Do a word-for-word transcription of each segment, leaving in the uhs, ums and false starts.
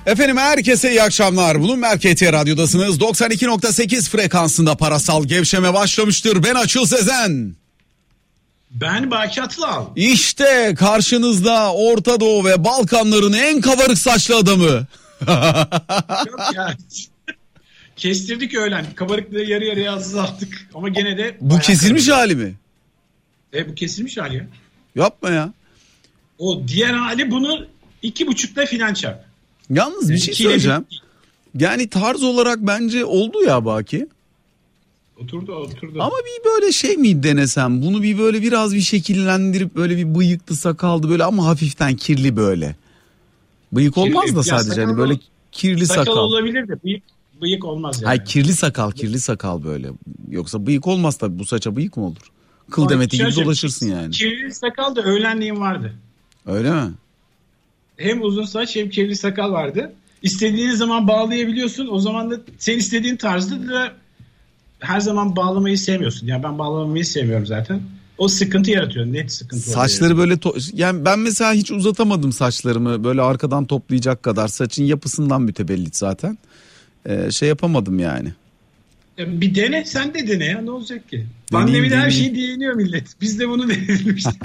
Efendim herkese iyi akşamlar. Bloomberg K T Radyo'dasınız. doksan iki nokta sekiz frekansında parasal gevşeme başlamıştır. Ben Açıl Sezen. Ben Baki Atılan. İşte karşınızda Orta Doğu ve Balkanların en kabarık saçlı adamı. Yok ya. Kestirdik öğlen. Kabarıklığı yarı yarıya azalttık. Ama gene de... Bu kesilmiş hali mi? E bu kesilmiş hali ya. Yapma ya. O diğer hali bunu iki buçukta filan çarp. Yalnız bir şey söyleyeceğim. Yani tarz olarak bence oldu ya Baki. Oturdu oturdu. Ama bir böyle şey mi denesem? Bunu bir böyle biraz bir şekillendirip böyle bir bıyıklı sakaldı böyle ama hafiften kirli böyle. Bıyık kirli, olmaz da sadece hani böyle kirli sakal. Sakal olabilir de bıyık, bıyık olmaz yani. Hayır kirli sakal kirli sakal böyle. Yoksa bıyık olmaz tabii, bu saça bıyık mı olur? Kıl demeti gibi dolaşırsın yani. Kirli sakal da öğlenliğin vardı. Öyle mi? Hem uzun saç hem kirli sakal vardı. İstediğin zaman bağlayabiliyorsun. O zaman da sen istediğin tarzda da her zaman bağlamayı sevmiyorsun. Yani ben bağlamayı sevmiyorum zaten. O sıkıntı yaratıyor. Net sıkıntı oluyor. Saçları böyle to- yani ben mesela hiç uzatamadım saçlarımı. Böyle arkadan toplayacak kadar. Saçın yapısından mütevellit zaten. Ee, şey yapamadım yani. Bir dene, sen de dene ya, ne olacak ki? Pandemide her şey diyeniyor millet. Biz de bunu deneyelim işte.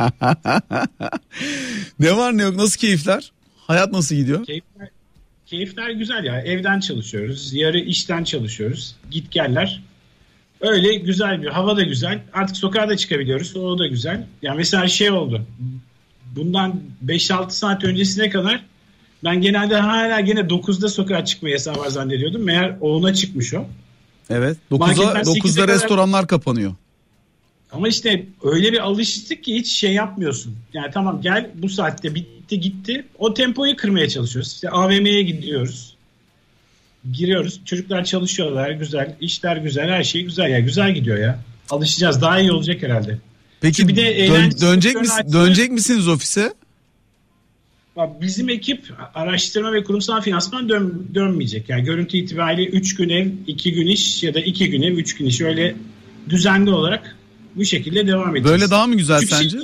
Ne var ne yok, nasıl keyifler? Hayat nasıl gidiyor? Keyifler, keyifler güzel ya. Evden çalışıyoruz. Yarı işten çalışıyoruz. Git geller. Öyle güzel bir hava da güzel. Artık sokağa da çıkabiliyoruz. O da güzel. Yani mesela şey oldu. Bundan beş altı saat öncesine kadar ben genelde hala gene dokuzda sokağa çıkma yasağı var zannediyordum. Meğer ona çıkmış o. Evet. dokuzda, dokuzda restoranlar kadar kapanıyor. Ama işte öyle bir alıştık ki hiç şey yapmıyorsun. Yani tamam gel, bu saatte bitti gitti. O tempoyu kırmaya çalışıyoruz. İşte A V M'ye gidiyoruz. Giriyoruz. Çocuklar çalışıyorlar. Güzel. İşler güzel. Her şey güzel. Ya güzel gidiyor ya. Alışacağız. Daha iyi olacak herhalde. Peki bir de dön, dönecek mis, dönecek misiniz ofise? Bizim ekip araştırma ve kurumsal finansman dön, dönmeyecek. Yani görüntü itibariyle üç gün ev, iki gün iş ya da iki gün ev, üç gün iş. Öyle düzenli olarak bu şekilde devam edeceğiz. Böyle daha mı güzel Çünkü sence? Şey,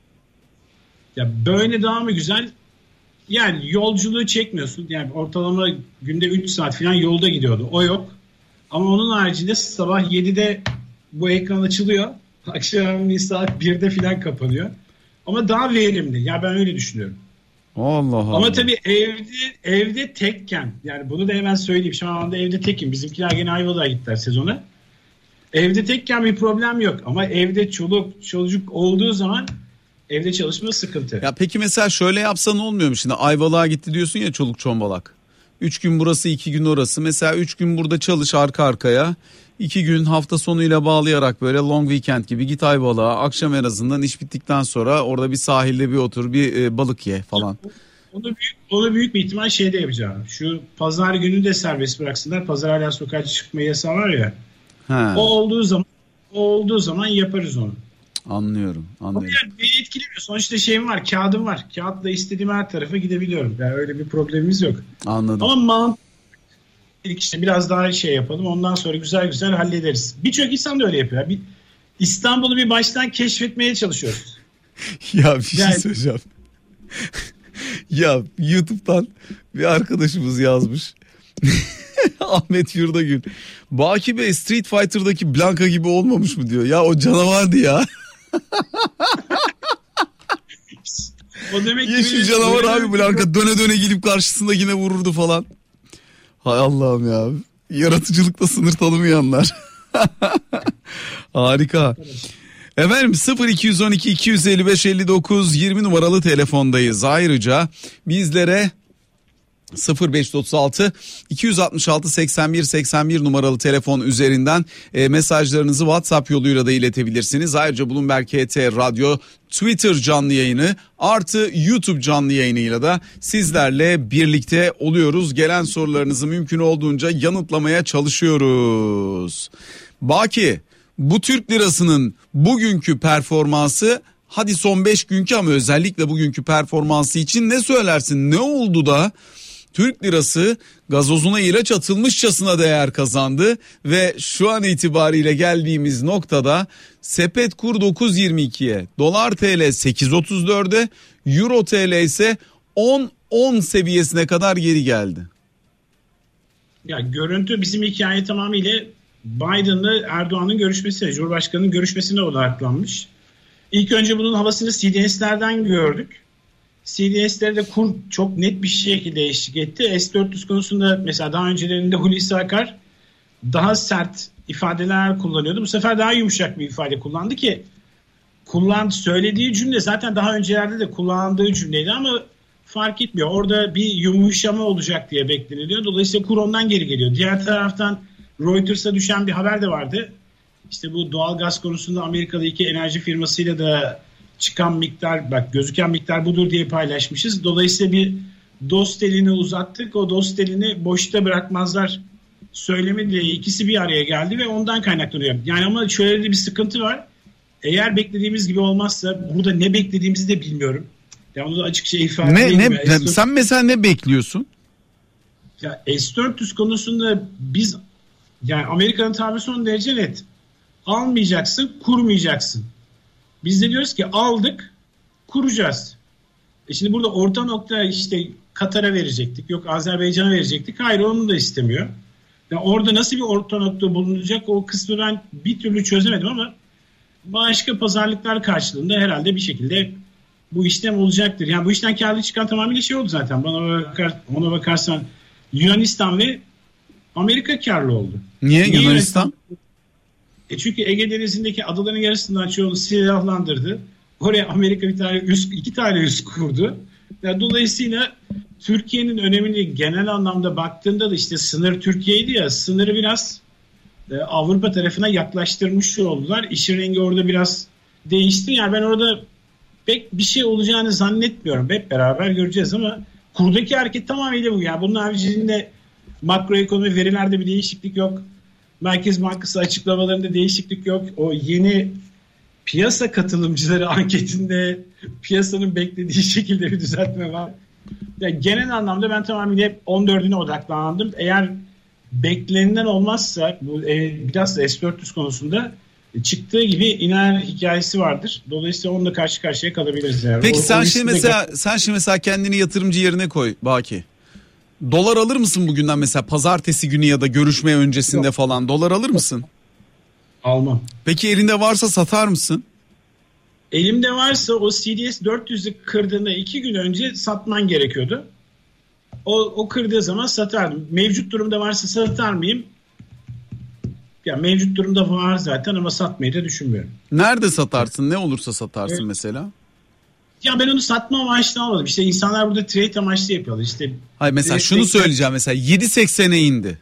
ya böyle daha mı güzel? Yani yolculuğu çekmiyorsun. Yani ortalama günde üç saat falan yolda gidiyordu. O yok. Ama onun haricinde sabah yedide bu ekran açılıyor. Akşam saat birde falan kapanıyor. Ama daha verimli. Ya ben öyle düşünüyorum. Allah Allah. Ama tabii evde evde tekken, yani bunu da hemen söyleyeyim. Şu anda evde tekim. Bizimkiler gene Ayvalık'a gittiler sezona. Evde tekken bir problem yok. Ama evde çoluk çocuk olduğu zaman evde çalışma sıkıntı. Ya peki mesela şöyle yapsan olmuyor mu? Şimdi Ayvalık'a gitti diyorsun ya, çoluk çombalak. Üç gün burası, iki gün orası. Mesela üç gün burada çalış arka arkaya. İki gün hafta sonuyla bağlayarak böyle long weekend gibi git Ayvalık'a. Akşam en azından iş bittikten sonra orada bir sahilde bir otur, bir e, balık ye falan. Onu büyük, onu büyük bir ihtimal şeyde yapacağım. Şu pazar günü de serbest bıraksınlar. Pazar hala sokağa çıkma yasağı var ya. He. O olduğu zaman o olduğu zaman yaparız onu. Anlıyorum, anlıyorum. Ama yani beni etkilemiyor. Sonuçta şeyim var, kağıdım var. Kağıtla istediğim her tarafa gidebiliyorum. Yani öyle bir problemimiz yok. Anladım. Ama mantık işte biraz daha şey yapalım. Ondan sonra güzel güzel hallederiz. Birçok insan da öyle yapıyor. Bir, İstanbul'u bir baştan keşfetmeye çalışıyoruz. Ya bir şey yani... söyleyeceğim. Ya YouTube'dan bir arkadaşımız yazmış. Ahmet Yurdagül. Baki Bey Street Fighter'daki Blanka gibi olmamış mı diyor. Ya o canavardı ya. O demek ya şu canavar abi Blanka, döne döne gelip karşısında yine vururdu falan. Hay Allah'ım ya. Yaratıcılıkta sınır tanımayanlar. Harika. Efendim sıfır iki on iki iki yüz elli beş elli dokuz yirmi numaralı telefondayız. Ayrıca bizlere sıfır beş otuz altı iki altı altı seksen bir seksen bir numaralı telefon üzerinden e, mesajlarınızı WhatsApp yoluyla da iletebilirsiniz. Ayrıca Bloomberg K T Radyo Twitter canlı yayını artı YouTube canlı yayınıyla da sizlerle birlikte oluyoruz. Gelen sorularınızı mümkün olduğunca yanıtlamaya çalışıyoruz. Baki, bu Türk lirasının bugünkü performansı, hadi son beş günkü ama özellikle bugünkü performansı için ne söylersin? Ne oldu da Türk lirası gazozuna ilaç atılmışçasına değer kazandı ve şu an itibariyle geldiğimiz noktada sepet kur dokuz yirmi ikiye, dolar T L sekiz otuz dörde, euro T L ise on on seviyesine kadar geri geldi. Ya görüntü bizim hikaye tamamıyla Biden'la Erdoğan'ın görüşmesi, Cumhurbaşkanı'nın görüşmesine odaklanmış. İlk önce bunun havasını C D S'lerden gördük. C D S'lerde kur çok net bir şekilde eşlik etti. S dört yüz konusunda mesela daha öncelerinde Hulusi Akar daha sert ifadeler kullanıyordu. Bu sefer daha yumuşak bir ifade kullandı ki kullandı, söylediği cümle zaten daha öncelerde de kullandığı cümleydi ama fark etmiyor. Orada bir yumuşama olacak diye bekleniliyor. Dolayısıyla kur ondan geri geliyor. Diğer taraftan Reuters'a düşen bir haber de vardı. İşte bu doğal gaz konusunda Amerikalı iki enerji firmasıyla da çıkan miktar, bak gözüken miktar budur diye paylaşmışız. Dolayısıyla bir dost elini uzattık. O dost elini boşta bırakmazlar söylemiyle ikisi bir araya geldi ve ondan kaynaklanıyor. Yani ama şöyle bir sıkıntı var. Eğer beklediğimiz gibi olmazsa burada ne beklediğimizi de bilmiyorum. Ya onu da açıkça ifade ne, edeyim. ne, S- sen mesela ne bekliyorsun? Ya S dört yüz konusunda biz yani Amerika'nın tavrı son derece net. Almayacaksın, kurmayacaksın. Biz de diyoruz ki aldık, kuracağız. E şimdi burada orta nokta işte Katar'a verecektik. Yok Azerbaycan'a verecektik. Hayır onu da istemiyor. Yani orada nasıl bir orta nokta bulunacak o kısmı ben bir türlü çözemedim ama başka pazarlıklar karşılığında herhalde bir şekilde bu işlem olacaktır. Yani bu işten kârlı çıkan tamamıyla şey oldu zaten. Bana bakar, ona bakarsan Yunanistan ve Amerika kârlı oldu. Niye, Niye Yunanistan? Yunanistan? E çünkü Ege Denizi'ndeki adaların yarısından çoğunu silahlandırdı. Oraya Amerika bir tane üs, iki tane üs kurdu. Yani dolayısıyla Türkiye'nin önemini genel anlamda baktığında da işte sınır Türkiye'ydi ya, sınırı biraz e, Avrupa tarafına yaklaştırmış oldular. İşin rengi orada biraz değişti. Yani ben orada pek bir şey olacağını zannetmiyorum. Hep beraber göreceğiz ama kurdaki hareket tamamıyla bu. Yani bunun haricinde makroekonomi verilerde bir değişiklik yok. Merkez Bankası açıklamalarında değişiklik yok. O yeni piyasa katılımcıları anketinde piyasanın beklediği şekilde bir düzeltme var. Yani genel anlamda ben tamamıyla on dördüne odaklandım. Eğer beklenilen olmazsa bu e, biraz da S dört yüz konusunda çıktığı gibi iner hikayesi vardır. Dolayısıyla onunla karşı karşıya kalabiliriz. Yani. Peki o, sen o şimdi mesela de... sen şimdi mesela kendini yatırımcı yerine koy Baki. Dolar alır mısın bugünden mesela pazartesi günü ya da görüşme öncesinde Yok. falan dolar alır mısın? Almam. Peki elinde varsa satar mısın? Elimde varsa o C D S dört yüzü kırdığında iki gün önce satman gerekiyordu. O, o kırdığı zaman satardım. Mevcut durumda varsa satar mıyım? Ya mevcut durumda var zaten ama satmayı da düşünmüyorum. Nerede satarsın? Ne olursa satarsın evet. mesela? Ya ben onu satma amaçlı almadım. İşte insanlar burada trade amaçlı yapıyorlar. İşte hayır mesela şunu söyleyeceğim mesela yedi seksene indi.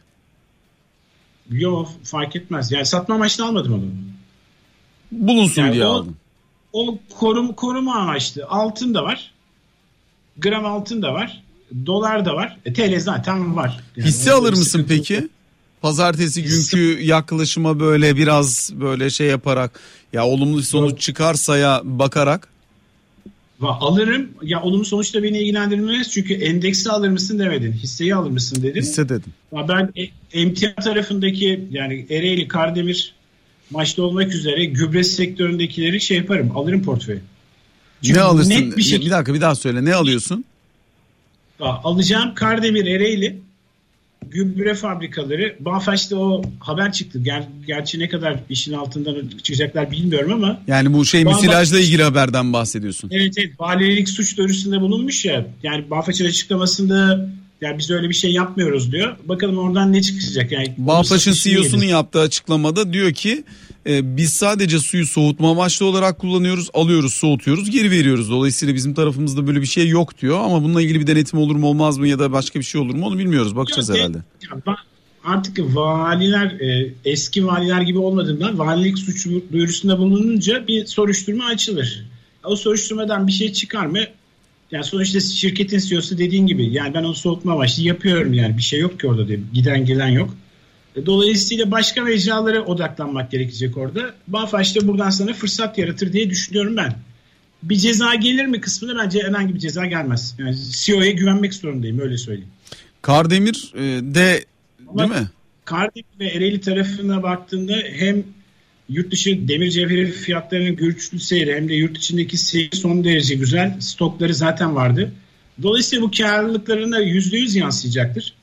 Yok fark etmez. Yani satma amaçlı almadım onu. Bulunsun yani diye o, aldım. O korum, koruma amaçlı. Altın da var. Gram altın da var. Dolar da var. E, T L zaten var. Yani hisse alır mısın peki? Yok. Pazartesi günkü yaklaşıma böyle biraz böyle şey yaparak ya olumlu sonuç Yok. çıkarsa ya bakarak. Alırım. Ya olumlu sonuçta beni ilgilendirmez. Çünkü endeksi alır mısın demedin. Hisseyi alır mısın dedin. Hisse dedim. Ya ben emtia tarafındaki yani Ereğli, Kardemir başta olmak üzere gübre sektöründekileri şey yaparım. Alırım portföyü. Çünkü ne alırsın? Net bir, şey... bir dakika bir daha söyle. Ne alıyorsun? Alacağım Kardemir, Ereğli gübre fabrikaları. Bağfaş'ta o haber çıktı. Ger- gerçi ne kadar işin altından çıkacaklar bilmiyorum ama. Yani bu şey müsilajla ilgili haberden bahsediyorsun. Evet evet. Valilik suç duyurusunda bulunmuş ya. Yani Bağfaş'ın açıklamasında yani biz öyle bir şey yapmıyoruz diyor. Bakalım oradan ne çıkacak. Yani Bağfaş'ın C E O'sunun yaptığı açıklamada diyor ki e, biz sadece suyu soğutma amaçlı olarak kullanıyoruz. Alıyoruz, soğutuyoruz, geri veriyoruz. Dolayısıyla bizim tarafımızda böyle bir şey yok diyor. Ama bununla ilgili bir denetim olur mu olmaz mı ya da başka bir şey olur mu onu bilmiyoruz. Bakacağız yok, herhalde. Ya, artık valiler e, eski valiler gibi olmadığından valilik suç duyurusunda bulununca bir soruşturma açılır. O soruşturmadan bir şey çıkar mı? Yani sonuçta şirketin C E O'su dediğin gibi yani ben onu soğutma amaçlı yapıyorum yani bir şey yok ki orada diye giden gelen yok. Dolayısıyla başka mecralara odaklanmak gerekecek orada. Bağfaş da buradan sana fırsat yaratır diye düşünüyorum ben. Bir ceza gelir mi kısmında bence herhangi bir ceza gelmez. Yani C E O'ya güvenmek zorundayım öyle söyleyeyim. Kardemir de Ama değil mi? Kardemir ve Ereğli tarafına baktığında hem yurt dışı demir cevheri fiyatlarının güçlü seyri hem de yurt içindeki seyir son derece güzel. Stokları zaten vardı. Dolayısıyla bu karlılıklarına yüzde yüz yansıyacaktır.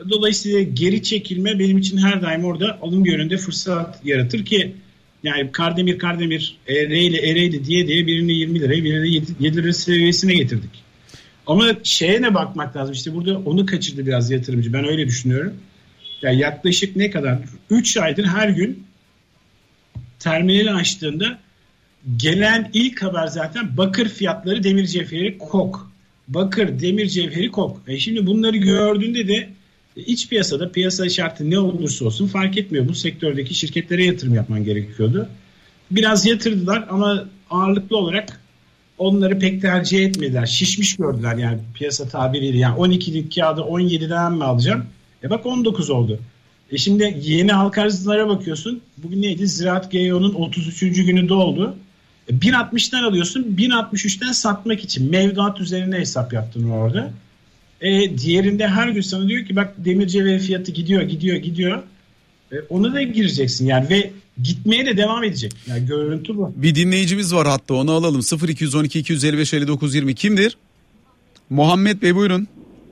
Dolayısıyla geri çekilme benim için her daim orada alım yönünde fırsat yaratır ki yani Kardemir Kardemir Ereğli Ereğli diye diye birini yirmi liraya birini yedi lira seviyesine getirdik. Ama şeye ne bakmak lazım, işte burada onu kaçırdı biraz yatırımcı, ben öyle düşünüyorum. Yani yaklaşık ne kadar üç aydır her gün terminali açtığında gelen ilk haber zaten bakır fiyatları, demir cevheri, kok. Bakır, demir cevheri, kok. E şimdi bunları gördüğünde de iç piyasada piyasa şartı ne olursa olsun fark etmiyor. Bu sektördeki şirketlere yatırım yapman gerekiyordu. Biraz yatırdılar ama ağırlıklı olarak onları pek tercih etmediler. Şişmiş gördüler yani piyasa tabiriyle. Yani on ikilik kağıdı on yediden mi alacağım? E bak on dokuz oldu. E şimdi yeni halka arzlara bakıyorsun. Bugün neydi? Ziraat G E O'nun otuz üçüncü günü doldu. E bin altmıştan alıyorsun. bin altmış üçten satmak için mevduat üzerine hesap yaptın orada. E, diğerinde her gün sana diyor ki bak demir cevheri fiyatı gidiyor gidiyor gidiyor. E, ona da gireceksin yani ve gitmeye de devam edecek. Yani görüntü bu. Bir dinleyicimiz var hatta, onu alalım. sıfır iki on iki iki yüz elli beş elli dokuz yirmi kimdir? Muhammed Bey buyurun.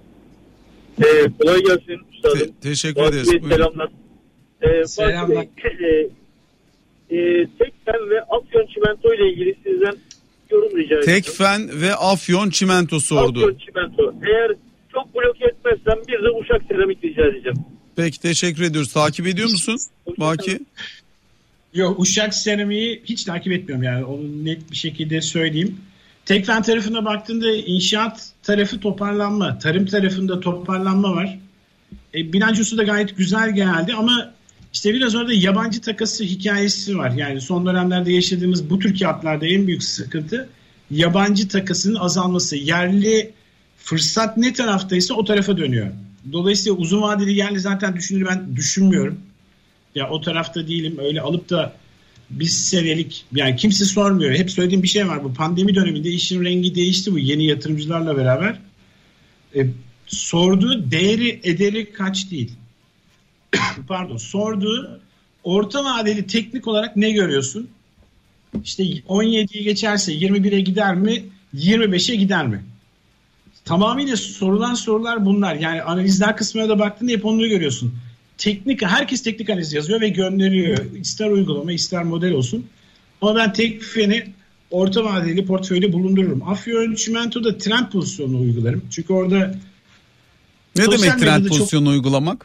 Ee, kolay gelsin üstadım. Te- teşekkür Fatih ederiz. Bey, selamlar. Ee, Selamlar. Fatih Bey, e, e, Tekfen ve Afyon Çimento ile ilgili sizden yorum rica ediyorum. Tekfen ve Afyon Çimento sordu. Afyon Çimento. Eğer çok bloke etmezsem bir de Uşak Seramik rica edeceğim. Peki teşekkür ediyoruz. Takip ediyor musun Baki? Yok, Uşak Seramik'i hiç takip etmiyorum yani, onu net bir şekilde söyleyeyim. Tekfen tarafına baktığında inşaat tarafı toparlanma, tarım tarafında toparlanma var. E, bilançosu da gayet güzel geldi ama işte biraz orada yabancı takası hikayesi var. Yani son dönemlerde yaşadığımız bu tür kağıtlarda en büyük sıkıntı yabancı takasının azalması. Yerli fırsat ne taraftaysa o tarafa dönüyor. Dolayısıyla uzun vadeli yerli zaten düşünür ben düşünmüyorum. Ya o tarafta değilim, öyle alıp da bir senelik yani kimse sormuyor. Hep söylediğim bir şey var, bu pandemi döneminde işin rengi değişti bu yeni yatırımcılarla beraber. E, sorduğu değeri ederi kaç değil. Pardon, sorduğu orta vadeli teknik olarak ne görüyorsun? İşte on yediyi geçerse yirmi bire gider mi? yirmi beşe gider mi? Tamamıyla sorulan sorular bunlar. Yani analizler kısmına da baktığında hep onları görüyorsun. Teknik, herkes teknik analiz yazıyor ve gönderiyor. İster uygulama ister model olsun. Ama ben Tekfen'i orta vadeli portföyde bulundururum. Afyon Çimento'da trend pozisyonunu uygularım. Çünkü orada ne demek trend çok... pozisyonu uygulamak?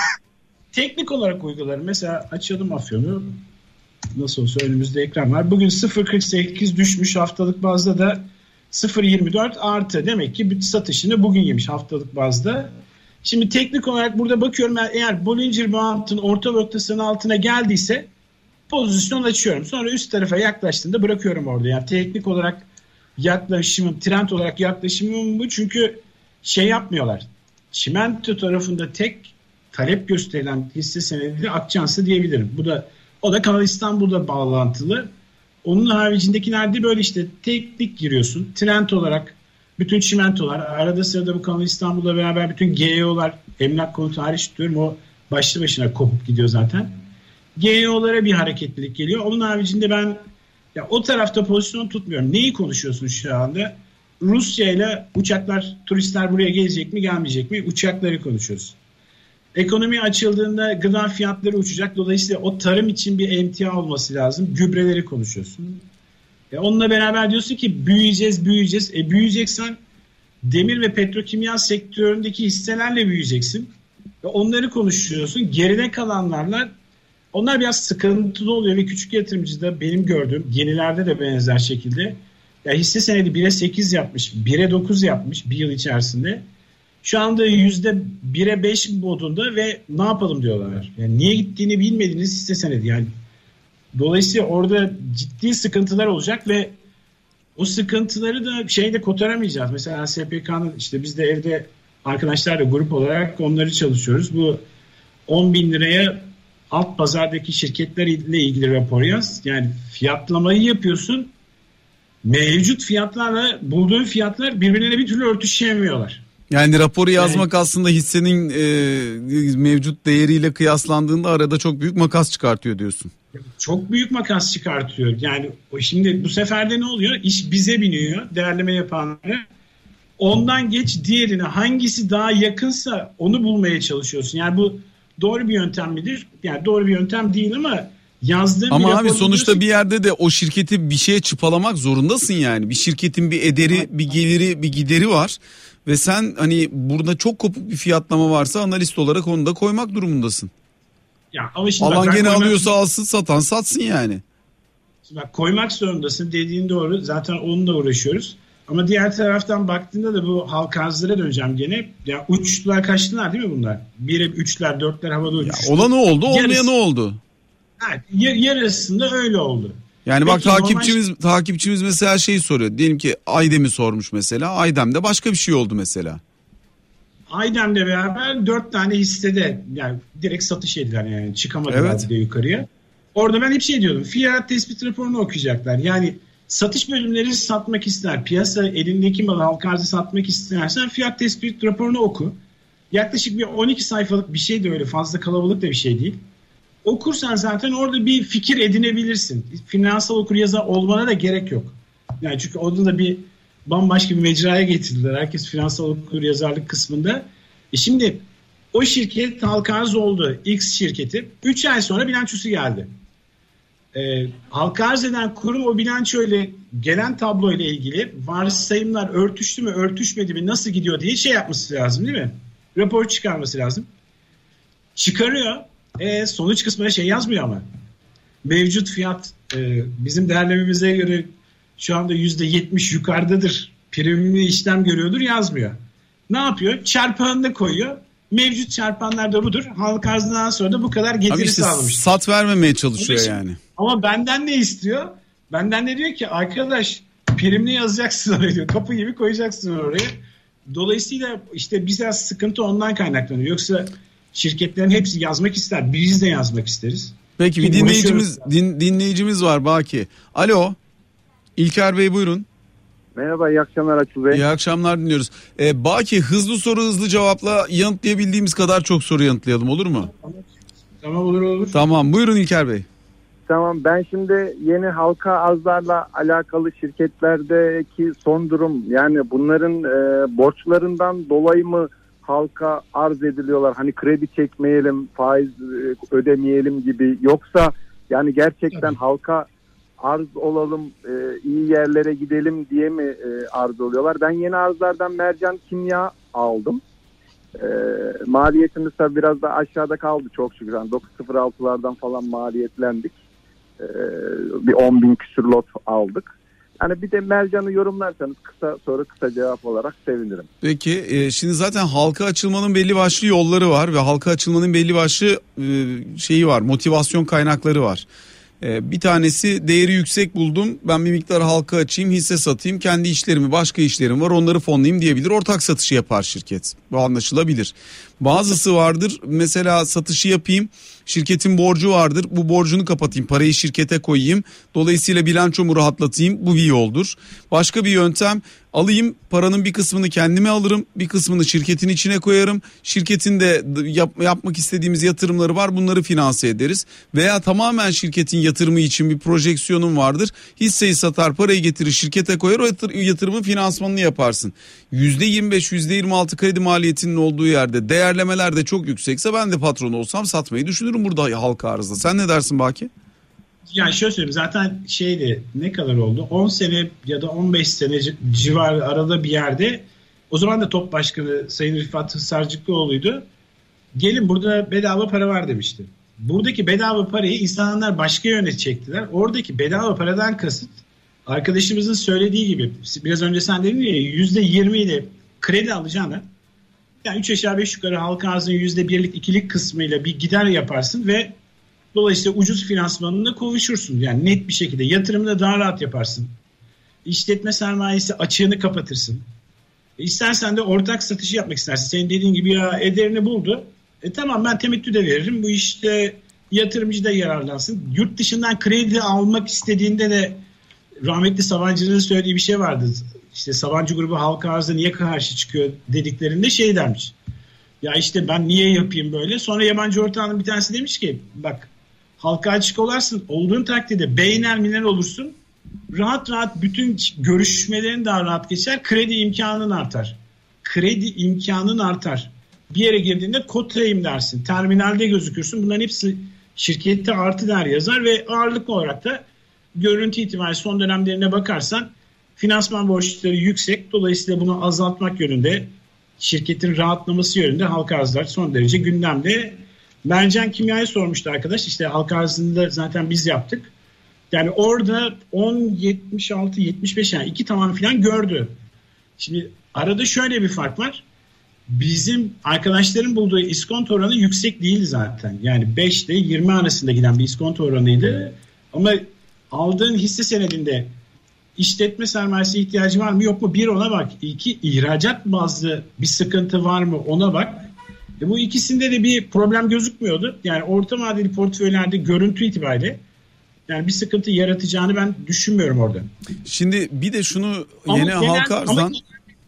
Teknik olarak uygularım. Mesela açalım Afyon'u. Nasıl olsa önümüzde ekran var. Bugün sıfır virgül kırk sekiz düşmüş, haftalık bazda da sıfır virgül yirmi dört artı. Demek ki bir satışını bugün yemiş haftalık bazda. Şimdi teknik olarak burada bakıyorum, eğer Bollinger Band'ın orta noktasının altına geldiyse pozisyon açıyorum. Sonra üst tarafa yaklaştığında bırakıyorum orada. Yani teknik olarak yaklaşımım, trend olarak yaklaşımım bu. Çünkü şey yapmıyorlar. Çimento tarafında tek talep gösterilen hisse senedi Akçansa diyebilirim. Bu da o da Kanal İstanbul'da bağlantılı. Onun haricindekilerde böyle işte teknik giriyorsun. Trend olarak bütün çimentolar, arada sırada bu Kanal İstanbul'la beraber bütün G E O'lar, emlak konutu hariç diyorum, o başlı başına kopup gidiyor zaten. G E O'lara bir hareketlilik geliyor. Onun haricinde ben ya o tarafta pozisyon tutmuyorum. Neyi konuşuyorsun şu anda? Rusya ile uçaklar, turistler buraya gelecek mi gelmeyecek mi? Uçakları konuşuyoruz. Ekonomi açıldığında gıda fiyatları uçacak. Dolayısıyla o tarım için bir emtia olması lazım. Gübreleri konuşuyorsun. E onunla beraber diyorsun ki büyüyeceğiz, büyüyeceğiz. E büyüyeceksen demir ve petrokimya sektöründeki hisselerle büyüyeceksin. E onları konuşuyorsun. Geride kalanlarla onlar biraz sıkıntılı oluyor ve küçük yatırımcıda benim gördüğüm, yenilerde de benzer şekilde ya hisse senedi bire sekiz yapmış, bire dokuz yapmış bir yıl içerisinde. Şu anda yüzde bire beş modunda ve ne yapalım diyorlar. Yani niye gittiğini bilmediğiniz hisse senedi. Yani dolayısıyla orada ciddi sıkıntılar olacak ve o sıkıntıları da şeyde kotaramayacağız. Mesela S P K'nın işte biz de evde arkadaşlarla grup olarak onları çalışıyoruz. Bu on bin liraya alt pazardaki şirketlerle ilgili rapor yaz. Yani fiyatlamayı yapıyorsun. Mevcut fiyatlarla bulduğun fiyatlar birbirine bir türlü örtüşemiyorlar. Yani raporu yazmak yani, aslında hissenin e, mevcut değeriyle kıyaslandığında arada çok büyük makas çıkartıyor diyorsun. Çok büyük makas çıkartıyor. Yani şimdi bu sefer de ne oluyor? İş bize biniyor, değerleme yapanlara. Ondan geç diğerine, hangisi daha yakınsa onu bulmaya çalışıyorsun. Yani bu doğru bir yöntem midir? Yani doğru bir yöntem değil ama yazdığım ama bir abi sonuçta diyorsun... bir yerde de o şirketi bir şeye çıpalamak zorundasın yani. Bir şirketin bir ederi, bir geliri, bir gideri var. Ve sen hani burada çok kopuk bir fiyatlama varsa analist olarak onu da koymak durumundasın. Ya ama şimdi alan bak, gene koymak... alıyorsa alsın, satan satsın yani. Şimdi bak, koymak zorundasın dediğin doğru. Zaten onunla uğraşıyoruz. Ama diğer taraftan baktığında da bu halka arzlara döneceğim gene. Ya uçtular kaçtılar değil mi bunlar? Biri üçler, dörtler havada uçuştu. Olan ne oldu, olmayan Yarısı... ne oldu? Evet, yarısında öyle oldu. Yani Peki, bak takipçimiz normal... takipçimiz mesela şey soruyor. Diyelim ki Aydem'i sormuş mesela. Aydem'de başka bir şey oldu mesela. Aydem'le beraber dört tane hissede yani direkt satış edilen, yani çıkamadılar evet. de yukarıya. Orada ben hep şey diyordum. Fiyat tespit raporunu okuyacaklar. Yani satış bölümleri satmak ister. Piyasa elindeki malı halka arzı satmak istersen fiyat tespit raporunu oku. Yaklaşık bir on iki sayfalık bir şey de, öyle fazla kalabalık da bir şey değil. Okursan zaten orada bir fikir edinebilirsin. Finansal okuryazar olmana da gerek yok. Yani çünkü orada da bir bambaşka bir mecraya getirdiler. Herkes finansal okuryazarlık kısmında. E şimdi o şirket halka arz oldu. X şirketi. üç ay sonra bilançosu geldi. E, halka arz eden kurum o bilançoyla gelen tabloyla ilgili varsayımlar örtüştü mü örtüşmedi mi, nasıl gidiyor diye şey yapması lazım değil mi? Rapor çıkarması lazım. Çıkarıyor. E, sonuç kısmına şey yazmıyor ama. Mevcut fiyat e, bizim değerlememize göre şu anda yüzde yetmiş yukarıdadır. Primli işlem görüyordur yazmıyor. Ne yapıyor? Çarpanını koyuyor. Mevcut çarpanlar da budur. Halka arzından sonra da bu kadar getiri işte sağlamış. Sat vermemeye çalışıyor için, yani. Ama benden ne istiyor? Benden ne diyor ki? Arkadaş primli yazacaksın oraya diyor. Kapı gibi koyacaksın oraya. Dolayısıyla işte biraz sıkıntı ondan kaynaklanıyor. Yoksa şirketlerin hepsi yazmak ister. Biz de yazmak isteriz. Peki bir dinleyicimiz din, dinleyicimiz var Baki. Alo. İlker Bey buyurun. Merhaba, iyi akşamlar Açıl Bey. İyi akşamlar dinliyoruz. Ee, Baki, hızlı soru hızlı cevapla yanıtlayabildiğimiz kadar çok soru yanıtlayalım, olur mu? Tamam, olur olur. Tamam, buyurun İlker Bey. Tamam, ben şimdi yeni halka arzlarla alakalı şirketlerdeki son durum, yani bunların e, borçlarından dolayı mı halka arz ediliyorlar? Hani kredi çekmeyelim, faiz e, ödemeyelim gibi, yoksa yani gerçekten Tabii. halka arz olalım, e, iyi yerlere gidelim diye mi e, arz oluyorlar? Ben yeni arzlardan mercan kimya aldım. E, maliyetimiz tabii biraz da aşağıda kaldı çok şükür. Yani dokuz sıfır altılardan falan maliyetlendik. E, bir on bin küsur lot aldık. Yani bir de mercanı yorumlarsanız kısa soru kısa cevap olarak sevinirim. Peki e, şimdi zaten halka açılmanın belli başlı yolları var ve halka açılmanın belli başlı e, şeyi var, motivasyon kaynakları var. Bir tanesi, değeri yüksek buldum, ben bir miktar halka açayım, hisse satayım, kendi işlerimi, başka işlerim var, onları fonlayayım diyebilir. Ortak satışı yapar şirket. Bu anlaşılabilir. Bazısı vardır, mesela satışı yapayım, şirketin borcu vardır, bu borcunu kapatayım, parayı şirkete koyayım, dolayısıyla bilançomu rahatlatayım, bu bir yoldur. Başka bir yöntem, alayım, paranın bir kısmını kendime alırım, bir kısmını şirketin içine koyarım, şirketin de yap, yapmak istediğimiz yatırımları var, bunları finanse ederiz. Veya tamamen şirketin yatırımı için bir projeksiyonun vardır, hisseyi satar, parayı getirir şirkete koyar, o yatır, yatırımın finansmanını yaparsın. yüzde yirmi beş yüzde yirmi altı kredi maliyetinin olduğu yerde değerlemeler de çok yüksekse ben de patron olsam satmayı düşünürüm burada halka arzda. Sen ne dersin Baki? Yani şöyle söyleyeyim, zaten şeydi, ne kadar oldu? on sene ya da on beş sene civarı arada bir yerde, o zaman da Top Başkanı Sayın Rıfat Sarcıklıoğlu'ydu. Gelin burada bedava para var demişti. Buradaki bedava parayı insanlar başka yöne çektiler. Oradaki bedava paradan kasıt, arkadaşımızın söylediği gibi, biraz önce sen dedin ya, yüzde yirmi ile kredi alacağına, yani üç aşağı beş yukarı halka arzın yüzde birlik ikilik kısmıyla bir gider yaparsın ve dolayısıyla ucuz finansmanına kavuşursun. Yani net bir şekilde yatırımını daha rahat yaparsın. İşletme sermayesi açığını kapatırsın. E istersen de ortak satışı yapmak istersin. Senin dediğin gibi ya ederini buldu. E tamam, ben temettü de veririm. Bu işte yatırımcı da yararlansın. Yurt dışından kredi almak istediğinde de rahmetli Sabancı'nın söylediği bir şey vardı. İşte Sabancı grubu halka arzda niye karşı çıkıyor dediklerinde şey dermiş. Ya işte ben niye yapayım böyle? Sonra yabancı ortağının bir tanesi demiş ki bak, halka açık olarsın, olduğun takdirde beynel minel olursun. rahat rahat bütün görüşmelerin daha rahat geçer. Kredi imkanın artar. Kredi imkanın artar. Bir yere girdiğinde kodlayayım dersin. Terminalde gözükürsün. Bunların hepsi şirkette artı değer yazar ve ağırlıklı olarak da görüntü itibariyle son dönemlerine bakarsan finansman borçları yüksek. Dolayısıyla bunu azaltmak yönünde, şirketin rahatlaması yönünde halka arzlar son derece gündemde. Mercan Kimya'yı sormuştu arkadaş. İşte halka arzını da zaten biz yaptık. Yani orada on yetmiş altı yetmiş beş yani iki tavan falan gördü. Şimdi arada şöyle bir fark var. Bizim arkadaşların bulduğu iskonto oranı yüksek değil zaten. Yani beş ile yirmi arasında giden bir iskonto oranıydı. Ama aldığın hisse senedinde işletme sermayesi ihtiyacı var mı yok mu? Bir ona bak. İki ihracat bazlı bir sıkıntı var mı ona bak. E bu ikisinde de bir problem gözükmüyordu. Yani orta vadeli portföylerde görüntü itibariyle yani bir sıkıntı yaratacağını ben düşünmüyorum orada. Şimdi bir de şunu ama yeni genel, halka arzdan... Ama,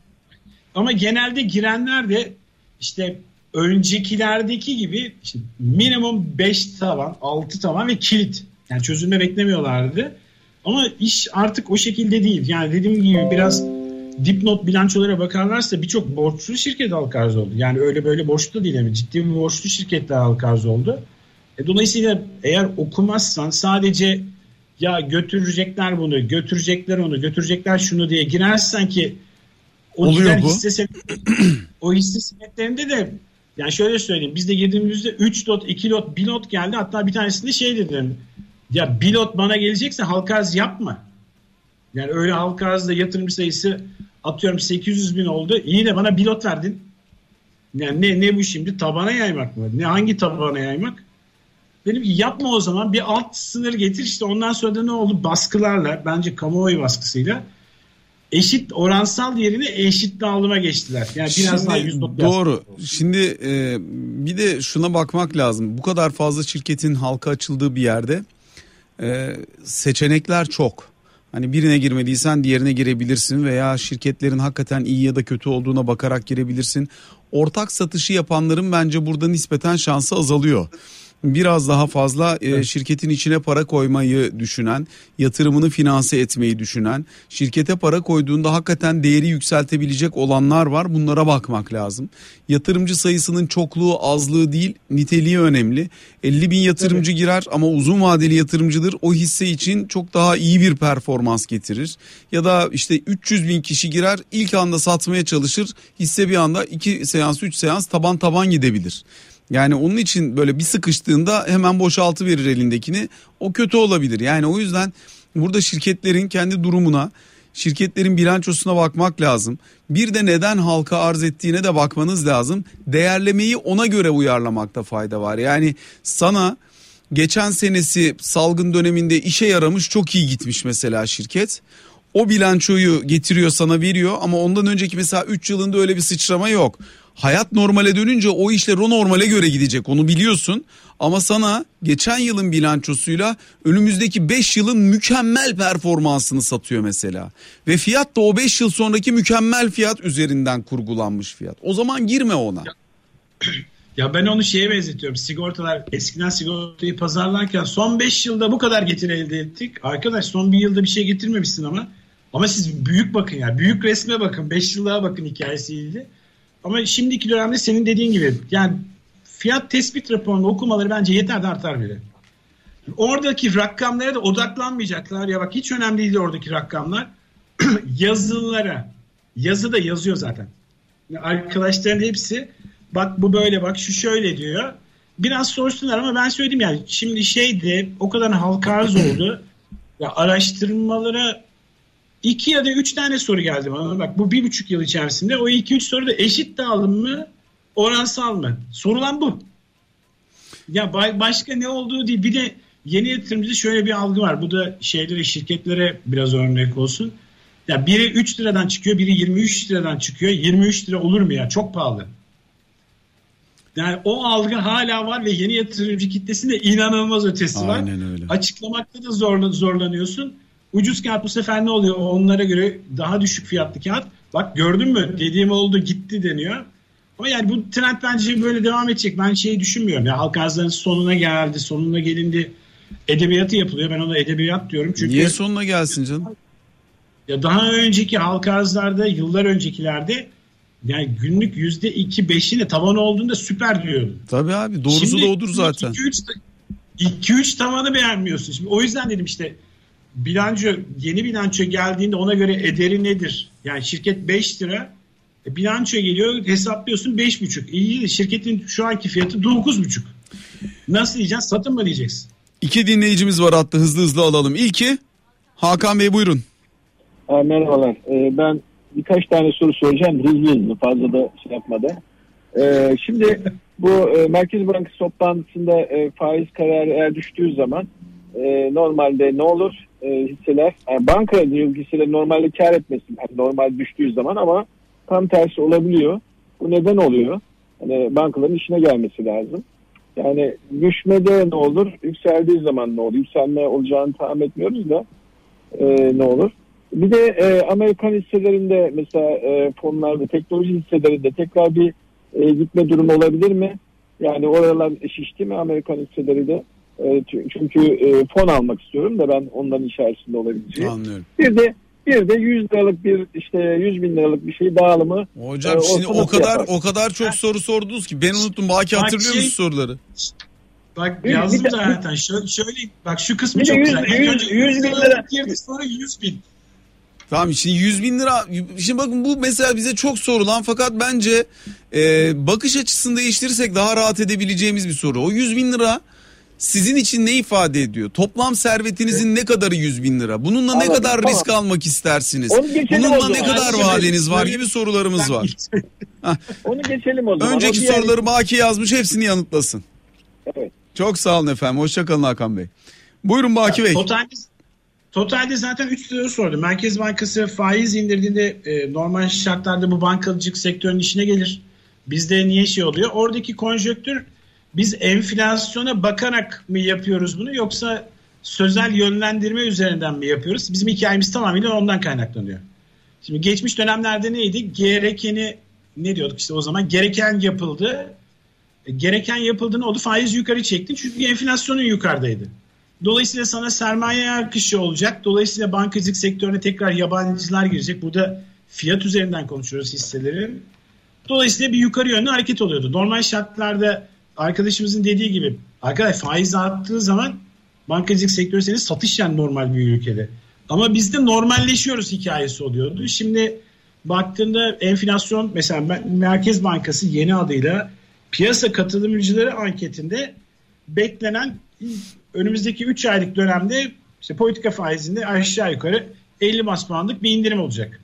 ama genelde girenler de işte öncekilerdeki gibi işte minimum beş tavan, altı tavan ve kilit. Yani çözülme beklemiyorlardı. Ama iş artık o şekilde değil. Yani dediğim gibi biraz dipnot bilançolara bakarlarsa birçok borçlu şirket halka arz oldu. Yani öyle böyle borçlu değil mi? Ciddi bir borçlu şirketler halka arz oldu. E dolayısıyla eğer okumazsan sadece ya götürecekler bunu, götürecekler onu, götürecekler şunu diye girersen ki o oluyor bu. Hisse senetleri, o hisse senetlerinde de yani şöyle söyleyeyim. Biz de girdiğimizde üç lot, iki lot, bir lot geldi. Hatta bir tanesinde şey dedim. Ya bir lot bana gelecekse halka arz yapma. Yani öyle halka arzda yatırımcı sayısı atıyorum sekiz yüz bin oldu. İyi de bana bir lot verdin. Yani ne, ne bu şimdi? Tabana yaymak mı? Ne hangi tabana yaymak? Dedim ki yapma o zaman. Bir alt sınır getir. İşte ondan sonra da ne oldu? Baskılarla, bence kamuoyu baskısıyla eşit oransal yerine eşit dağılıma geçtiler. Yani biraz Şimdi, daha yüz lot doğru. yaptı. Şimdi e, bir de şuna bakmak lazım. Bu kadar fazla şirketin halka açıldığı bir yerde e, seçenekler çok. Hani birine girmediysen diğerine girebilirsin veya şirketlerin hakikaten iyi ya da kötü olduğuna bakarak girebilirsin. Ortak satışı yapanların bence burada nispeten şansı azalıyor. Biraz daha fazla e, şirketin içine para koymayı düşünen, yatırımını finanse etmeyi düşünen, şirkete para koyduğunda hakikaten değeri yükseltebilecek olanlar var. Bunlara bakmak lazım. Yatırımcı sayısının çokluğu, azlığı değil, niteliği önemli. elli bin yatırımcı evet. girer ama uzun vadeli yatırımcıdır. O hisse için çok daha iyi bir performans getirir. Ya da işte üç yüz bin kişi girer, ilk anda satmaya çalışır. Hisse bir anda iki seans, üç seans taban taban gidebilir. Yani onun için böyle bir sıkıştığında hemen boşaltıverir elindekini. O kötü olabilir. Yani o yüzden burada şirketlerin kendi durumuna, şirketlerin bilançosuna bakmak lazım. Bir de neden halka arz ettiğine de bakmanız lazım. Değerlemeyi ona göre uyarlamakta fayda var. Yani sana geçen senesi salgın döneminde işe yaramış, çok iyi gitmiş mesela şirket. O bilançoyu getiriyor, sana veriyor ama ondan önceki mesela üç yılında öyle bir sıçrama yok. Hayat normale dönünce o işler o normale göre gidecek, onu biliyorsun. Ama sana geçen yılın bilançosuyla önümüzdeki beş yılın mükemmel performansını satıyor mesela. Ve fiyat da o beş yıl sonraki mükemmel fiyat üzerinden kurgulanmış fiyat. O zaman girme ona. Ya, ya ben onu şeye benzetiyorum. Sigortalar, eskiden sigortayı pazarlarken son beş yılda bu kadar getiri elde ettik. Arkadaş son bir yılda bir şey getirmemişsin ama. Ama siz büyük bakın ya. Büyük resme bakın. beş yıllığa bakın hikayesiydi. Ama şimdiki dönemde senin dediğin gibi yani fiyat tespit raporunu okumaları bence yeter de artar bile. Oradaki rakamlara da odaklanmayacaklar. Ya bak hiç önemli değil oradaki rakamlar. Yazılara. Yazı da yazıyor zaten. Yani arkadaşların hepsi bak bu böyle bak şu şöyle diyor. Biraz sorsunlar ama ben söyleyeyim yani şimdi şeydi o kadar halka arz oldu. Ya araştırmalara İki ya da üç tane soru geldi bana. Bak bu bir buçuk yıl içerisinde o iki üç soruda eşit dağılım mı, oransal mı? Sorulan bu. Ya başka ne olduğu değil. Bir de yeni yatırımcıda şöyle bir algı var. Bu da şeylere, şirketlere biraz örnek olsun. Ya biri üç liradan çıkıyor, biri yirmi üç liradan çıkıyor. yirmi üç lira olur mu ya? Çok pahalı. Yani o algı hala var ve yeni yatırımcı kitlesinde inanılmaz ötesi var. Aynen öyle. Açıklamakta da zorla, zorlanıyorsun. Ucuz kağıt bu sefer ne oluyor? Onlara göre daha düşük fiyatlı kağıt. Bak gördün mü? Dediğim oldu gitti deniyor. Ama yani bu trend bence böyle devam edecek. Ben şeyi düşünmüyorum. Ya halka arzların sonuna geldi, sonuna gelindi. edebiyatı yapılıyor. Ben ona edebiyat diyorum. Çünkü niye sonuna gelsin canım? Ya daha önceki halka arzlarda, yıllar öncekilerde yani günlük yüzde iki beşine tavan olduğunda süper diyordun. Tabii abi, doğrusu Şimdi da odur zaten. iki üç tavanı beğenmiyorsun. Şimdi o yüzden dedim işte bilanço, yeni bilanço geldiğinde ona göre ederi nedir? Yani şirket beş lira, e, bilanço geliyor, hesaplıyorsun beş buçuk. İyi de şirketin şu anki fiyatı dokuz buçuk. Nasıl diyeceksin? Satın mı diyeceksin? İki dinleyicimiz var hatta, hızlı hızlı alalım. İlki Hakan Bey, buyurun. Ha, merhabalar. Ee, ben birkaç tane soru soracağım. Hızlı hızlı, fazla da şey yapmadan. Ee, şimdi bu e, Merkez Bankası toplantısında e, faiz kararı eğer düştüğü zaman e, normalde ne olur? E, hisseler, yani banka hisseler normalde kar etmesin. Yani normal düştüğü zaman, ama tam tersi olabiliyor. Bu neden oluyor? Yani bankaların işine gelmesi lazım. Yani düşmede ne olur? Yükseldiği zaman ne olur? Yükselme olacağını tahmin etmiyoruz da e, ne olur? Bir de e, Amerikan hisselerinde mesela e, fonlarda, teknoloji hisselerinde tekrar bir e, gitme durumu olabilir mi? Yani oralar şişti mi Amerikan hisseleri de? E, çünkü e, fon almak istiyorum da ben onların içerisinde olabileceğim. Anlıyorum. Bir de bir de yüz liralık bir işte yüz bin liralık bir şey dağılımı. Hocam e, şimdi o kadar yapar? o kadar çok soru sordunuz ki ben unuttum. Belki Bak hatırlıyor şey- musun soruları? Bak Bir- yazdım bir de- zaten. Şöyle, şöyle bak şu kısmı Bir de çok yüz- güzel. İlk yüz- önce yüz bin lira. girdi, sonra yüz bin. Tamam, şimdi yüz bin lira. Şimdi bakın, bu mesela bize çok sorulan fakat bence e, bakış açısını değiştirirsek daha rahat edebileceğimiz bir soru. O yüz bin lira sizin için ne ifade ediyor? Toplam servetinizin ne kadarı yüz bin lira? Bununla ne Anladım, kadar tamam. risk almak istersiniz? Onu geçelim o Bununla zaman. ne kadar Şimdi- vadeniz var gibi sorularımız var. Onu geçelim o zaman. Önceki O diğer- soruları Baki yazmış, hepsini yanıtlasın. Evet. Çok sağ olun efendim. Hoşçakalın Hakan Bey. Buyurun Baki Bey. Totalde, totalde zaten üç soru sordu. Merkez Bankası faiz indirdiğinde e, normal şartlarda bu bankacılık sektörünün işine gelir. Bizde niye şey oluyor? Oradaki konjonktür, biz enflasyona bakarak mı yapıyoruz bunu, yoksa sözel yönlendirme üzerinden mi yapıyoruz? Bizim hikayemiz tamamıyla ondan kaynaklanıyor. Şimdi geçmiş dönemlerde neydi? Gerekeni, ne diyorduk işte o zaman? Gereken yapıldı. E, gereken yapıldı, ne oldu? Faiz yukarı çekti. Çünkü enflasyonun yukarıdaydı. Dolayısıyla sana sermaye akışı olacak. Dolayısıyla bankacılık sektörüne tekrar yabancılar girecek. Burada fiyat üzerinden konuşuyoruz hisseleri. Dolayısıyla bir yukarı yönlü hareket oluyordu. Normal şartlarda arkadaşımızın dediği gibi, arkadaş faiz arttığı zaman bankacılık sektörü senin satış, yani normal bir ülkede. Ama bizde normalleşiyoruz hikayesi oluyordu. Şimdi baktığında enflasyon, mesela Merkez Bankası yeni adıyla piyasa katılımcıları anketinde beklenen önümüzdeki üç aylık dönemde işte politika faizinde aşağı yukarı elli bas puanlık bir indirim olacak.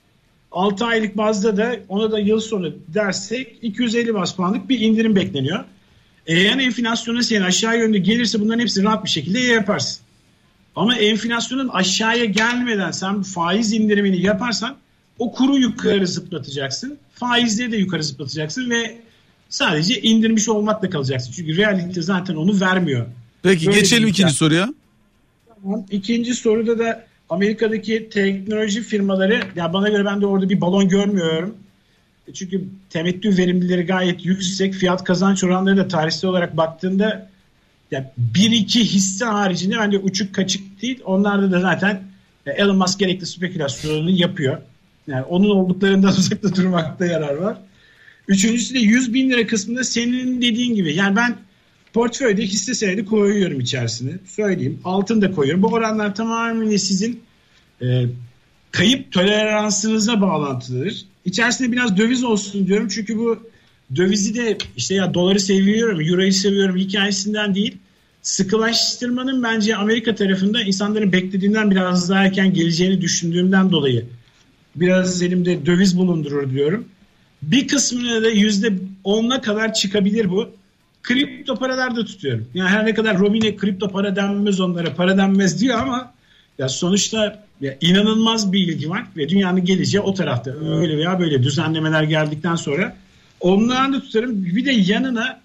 altı aylık bazda da, ona da yıl sonu dersek iki yüz elli bas puanlık bir indirim bekleniyor. Eğer enflasyona senin aşağı yönde gelirse bunların hepsini rahat bir şekilde yaparsın. Ama enflasyonun aşağıya gelmeden sen faiz indirimini yaparsan o kuru yukarı zıplatacaksın. Faizleri de yukarı zıplatacaksın ve sadece indirmiş olmakla kalacaksın. Çünkü realite zaten onu vermiyor. Peki Böyle geçelim bir ikinci hikaye. soruya. Tamam. İkinci soruda da Amerika'daki teknoloji firmaları, ya bana göre ben de orada bir balon görmüyorum. Çünkü temettü verimlileri gayet yüksek. Fiyat kazanç oranları da tarihsel olarak baktığında yani bir iki hisse haricinde bence uçuk kaçık değil. Onlarda da zaten Elon Musk gerekli spekülasyonunu yapıyor. Yani onun olduklarından uzakta durmakta yarar var. Üçüncüsü de yüz bin lira kısmında senin dediğin gibi. Yani ben portföyde hisse senedi koyuyorum içerisine. Söyleyeyim. Altın da koyuyorum. Bu oranlar tamamen sizin e, kayıp toleransınıza bağlantılıdır. İçerisinde biraz döviz olsun diyorum. Çünkü bu dövizi de işte ya doları seviyorum, euroyu seviyorum hikayesinden değil. Sıkılaştırmanın bence Amerika tarafında insanların beklediğinden biraz daha erken geleceğini düşündüğümden dolayı biraz elimde döviz bulundurur diyorum. Bir kısmına da yüzde onuna kadar çıkabilir bu. Kripto paralar da tutuyorum. Yani her ne kadar Robin'e kripto para denmez, onlara para denmez diyor ama ya sonuçta ya inanılmaz bir ilgi var ve dünyanın geleceği o tarafta. Öyle veya böyle düzenlemeler geldikten sonra onları da tutarım. Bir de yanına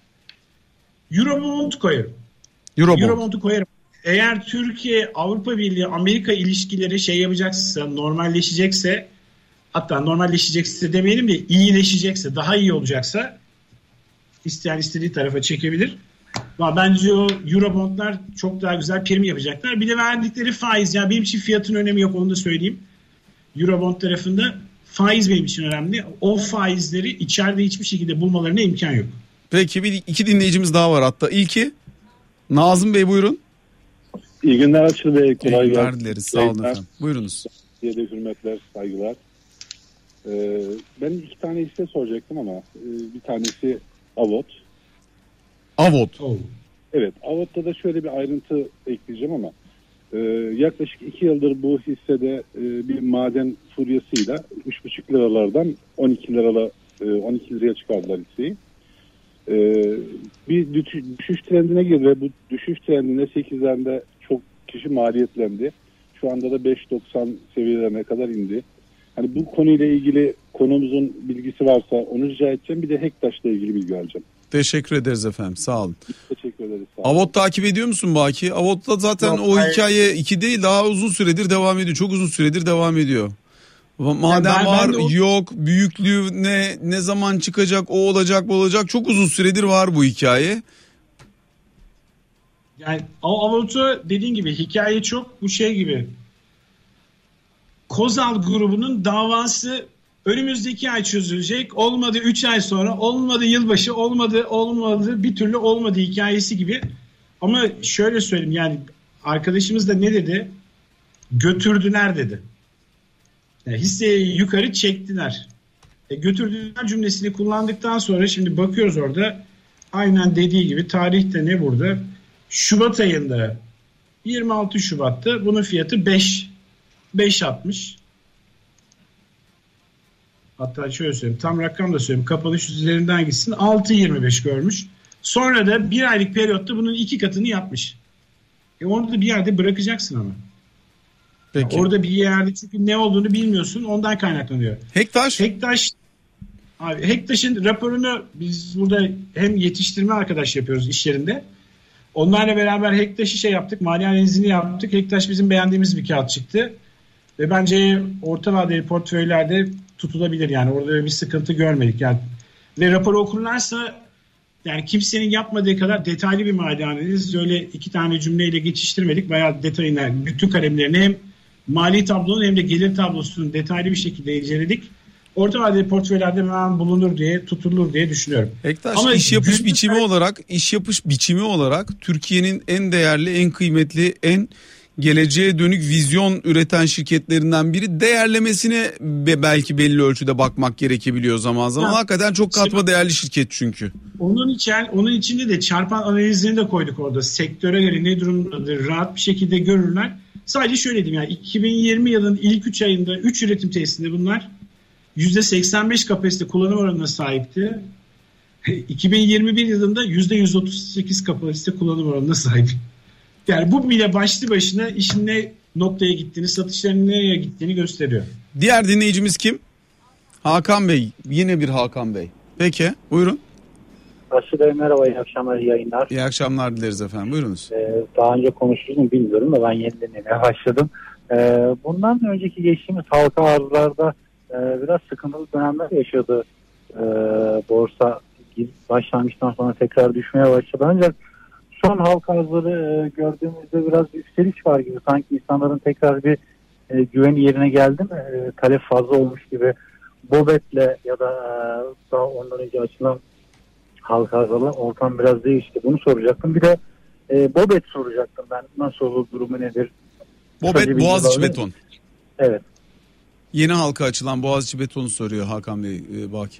Eurobond koyarım. Eurobond. Eurobond'u koyarım. Eğer Türkiye, Avrupa Birliği, Amerika ilişkileri şey yapacaksa, normalleşecekse, hatta normalleşecekse demeyelim de iyileşecekse, daha iyi olacaksa isteyen istediği tarafa çekebilir. Bence o Eurobondlar çok daha güzel prim yapacaklar. Bir de verdikleri faiz. Ya benim için fiyatın önemi yok, onu da söyleyeyim. Eurobond tarafında faiz benim için önemli. O faizleri içeride hiçbir şekilde bulmalarına imkan yok. Peki bir iki dinleyicimiz daha var hatta. İlki Nazım Bey, buyurun. İyi günler Açıl Bey. Kolay İyi günler gelsin. dileriz. Sağ olun efendim. Buyurunuz. Diye de hürmetler, saygılar. Ee, ben iki tane hisse soracaktım ama e, bir tanesi Avot. Avot. Oh. Evet, Avot'ta da şöyle bir ayrıntı ekleyeceğim ama e, yaklaşık iki yıldır bu hissede e, bir maden furyasıyla üç buçuk liralardan on iki lirala e, on iki liraya çıkardılar hisseyi. E, bir düşüş trendine girdi ve bu düşüş trendinde sekizlerde çok kişi maliyetlendi. Şu anda da beş doksan seviyelerine kadar indi. Hani bu konuyla ilgili konumuzun bilgisi varsa onu rica edeceğim. Bir de Hektaş'la ilgili bilgi alacağım. Teşekkür ederiz efendim. Sağ olun. Teşekkür ederiz. Sağ olun. Avot takip ediyor musun Baki? Avot'ta zaten Yok, o hayır. hikaye iki değil, daha uzun süredir devam ediyor. Çok uzun süredir devam ediyor. Maden ben- var, ben de o- yok, büyüklüğü ne ne zaman çıkacak, o olacak, bu olacak. Çok uzun süredir var bu hikaye. Yani Avot'u dediğin gibi hikaye çok bu şey gibi. Kozal grubunun davası önümüzdeki ay çözülecek. Olmadı üç ay sonra, olmadı yılbaşı, olmadı olmadı bir türlü olmadı hikayesi gibi. Ama şöyle söyleyeyim, yani arkadaşımız da ne dedi? Götürdüler dedi. Yani hisseyi yukarı çektiler. E, götürdüler cümlesini kullandıktan sonra şimdi bakıyoruz orada, aynen dediği gibi tarihte ne burada? Şubat ayında, yirmi altı Şubat'ta bunun fiyatı beş beş altmış. Hatta şöyle söyleyeyim, tam rakam da söyleyeyim, kapanış üzerinden gitsin, altı yirmi beş görmüş. Sonra da bir aylık periyotta bunun iki katını yapmış. E onu da bir yerde bırakacaksın ama. Peki. Orada bir yerde çünkü ne olduğunu bilmiyorsun, ondan kaynaklanıyor. Hektaş. Hektaş abi Hektaş'ın raporunu biz burada hem yetiştirme arkadaş yapıyoruz iş yerinde. Onlarla beraber Hektaş'ı şey yaptık, mali analizini yaptık. Hektaş bizim beğendiğimiz bir kağıt çıktı. Ve bence orta vadeli portföylerde tutulabilir, yani orada bir sıkıntı görmedik. Yani ve raporu okurlarsa, yani kimsenin yapmadığı kadar detaylı bir mali analiz, öyle iki tane cümleyle geçiştirmedik. Bayağı detayına, bütün kalemlerini hem mali tablonun hem de gelir tablosunun detaylı bir şekilde inceledik. Orta vadeli portföylerde hemen bulunur diye, tutulur diye düşünüyorum. Hektaş Ama iş yapış günlük- biçimi olarak, iş yapış biçimi olarak Türkiye'nin en değerli, en kıymetli, en geleceğe dönük vizyon üreten şirketlerinden biri. Değerlemesine be- belki belli ölçüde bakmak gerekebiliyor zaman zaman. Ya, Hakikaten çok katma şimdi- değerli şirket çünkü. Onun için, onun içinde de çarpan analizini de koyduk orada. Sektöre göre ne durumdadır, rahat bir şekilde görürler. Sadece şöyle diyeyim, yani iki bin yirmi yılının ilk üç ayında üç üretim tesisinde bunlar yüzde seksen beş kapasite kullanım oranına sahipti. iki bin yirmi bir yılında yüzde yüz otuz sekiz kapasite kullanım oranına sahip. Yani bu bile başlı başına işin ne noktaya gittiğini, satışların nereye gittiğini gösteriyor. Diğer dinleyicimiz kim? Hakan Bey. Yine bir Hakan Bey. Peki buyurun. Aşı Bey merhaba, iyi akşamlar, iyi yayınlar. İyi akşamlar dileriz efendim. Buyurunuz. Ee, daha önce konuştunuz mu bilmiyorum da ben yeni dinlemeye başladım. Ee, bundan önceki geçtiğimiz halka arzlarda e, biraz sıkıntılı dönemler yaşadı. Ee, borsa başlangıçtan sonra tekrar düşmeye başladı. Ancak son halka arzları e, gördüğümüzde biraz yükseliş var gibi. Sanki insanların tekrar bir e, güveni yerine geldi mi? E, talep fazla olmuş gibi. Bobet'le ya da e, daha ondan önce açılan halka arzlarla ortam biraz değişti. Bunu soracaktım. Bir de e, Bobet soracaktım ben. Nasıl olur, durumu nedir? Bobet Tabii Boğaziçi bilgi Beton. Evet. Yeni halka açılan Boğaziçi Beton'u soruyor Hakan Bey e, Baki.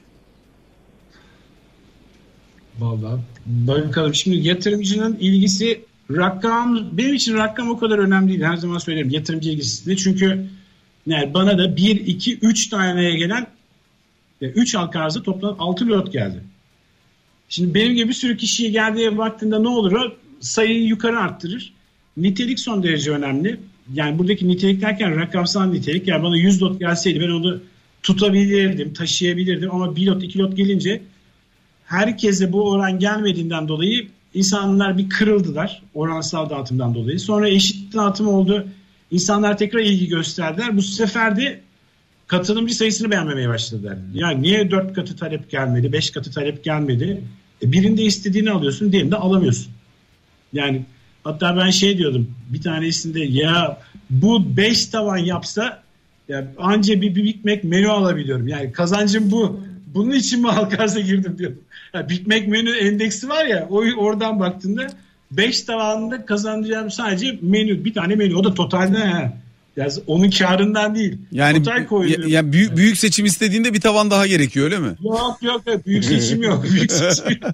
Vallahi bakalım, şimdi yatırımcının ilgisi, rakam benim için rakam o kadar önemli değil, her zaman söylerim yatırımcı ilgisinde, çünkü yani bana da bir, iki, üç taneye gelen üç halka arzı toplam altı lot geldi. Şimdi benim gibi bir sürü kişiye geldiğe baktığında ne olur, o sayıyı yukarı arttırır. Nitelik son derece önemli. Yani buradaki nitelik derken rakamsal nitelik, yani bana yüz lot gelseydi ben onu tutabilirdim, taşıyabilirdim, ama bir lot iki lot gelince herkese bu oran gelmediğinden dolayı insanlar bir kırıldılar oransal dağıtımdan dolayı. Sonra eşit dağıtım oldu. İnsanlar tekrar ilgi gösterdiler. Bu sefer de katılımcı sayısını beğenmemeye başladılar. Yani niye dört katı talep gelmedi, beş katı talep gelmedi? E, birinde istediğini alıyorsun, diğerinde alamıyorsun. Yani hatta ben şey diyordum bir tanesinde, ya bu beş tavan yapsa ya anca bir Big Mac menü alabiliyorum. Yani kazancım bu. Bunun için mi halka arza girdim diyordum. Yani Big Mac menü endeksi var ya, o oradan baktığında beş tavanında kazanacağım sadece menü, bir tane menü, o da totalde ha. Yani onun karından değil. Yani, ya, yani büyük, büyük seçim istediğinde bir tavan daha gerekiyor öyle mi? Yok yok, yok. büyük seçim yok. Büyük seçim yok.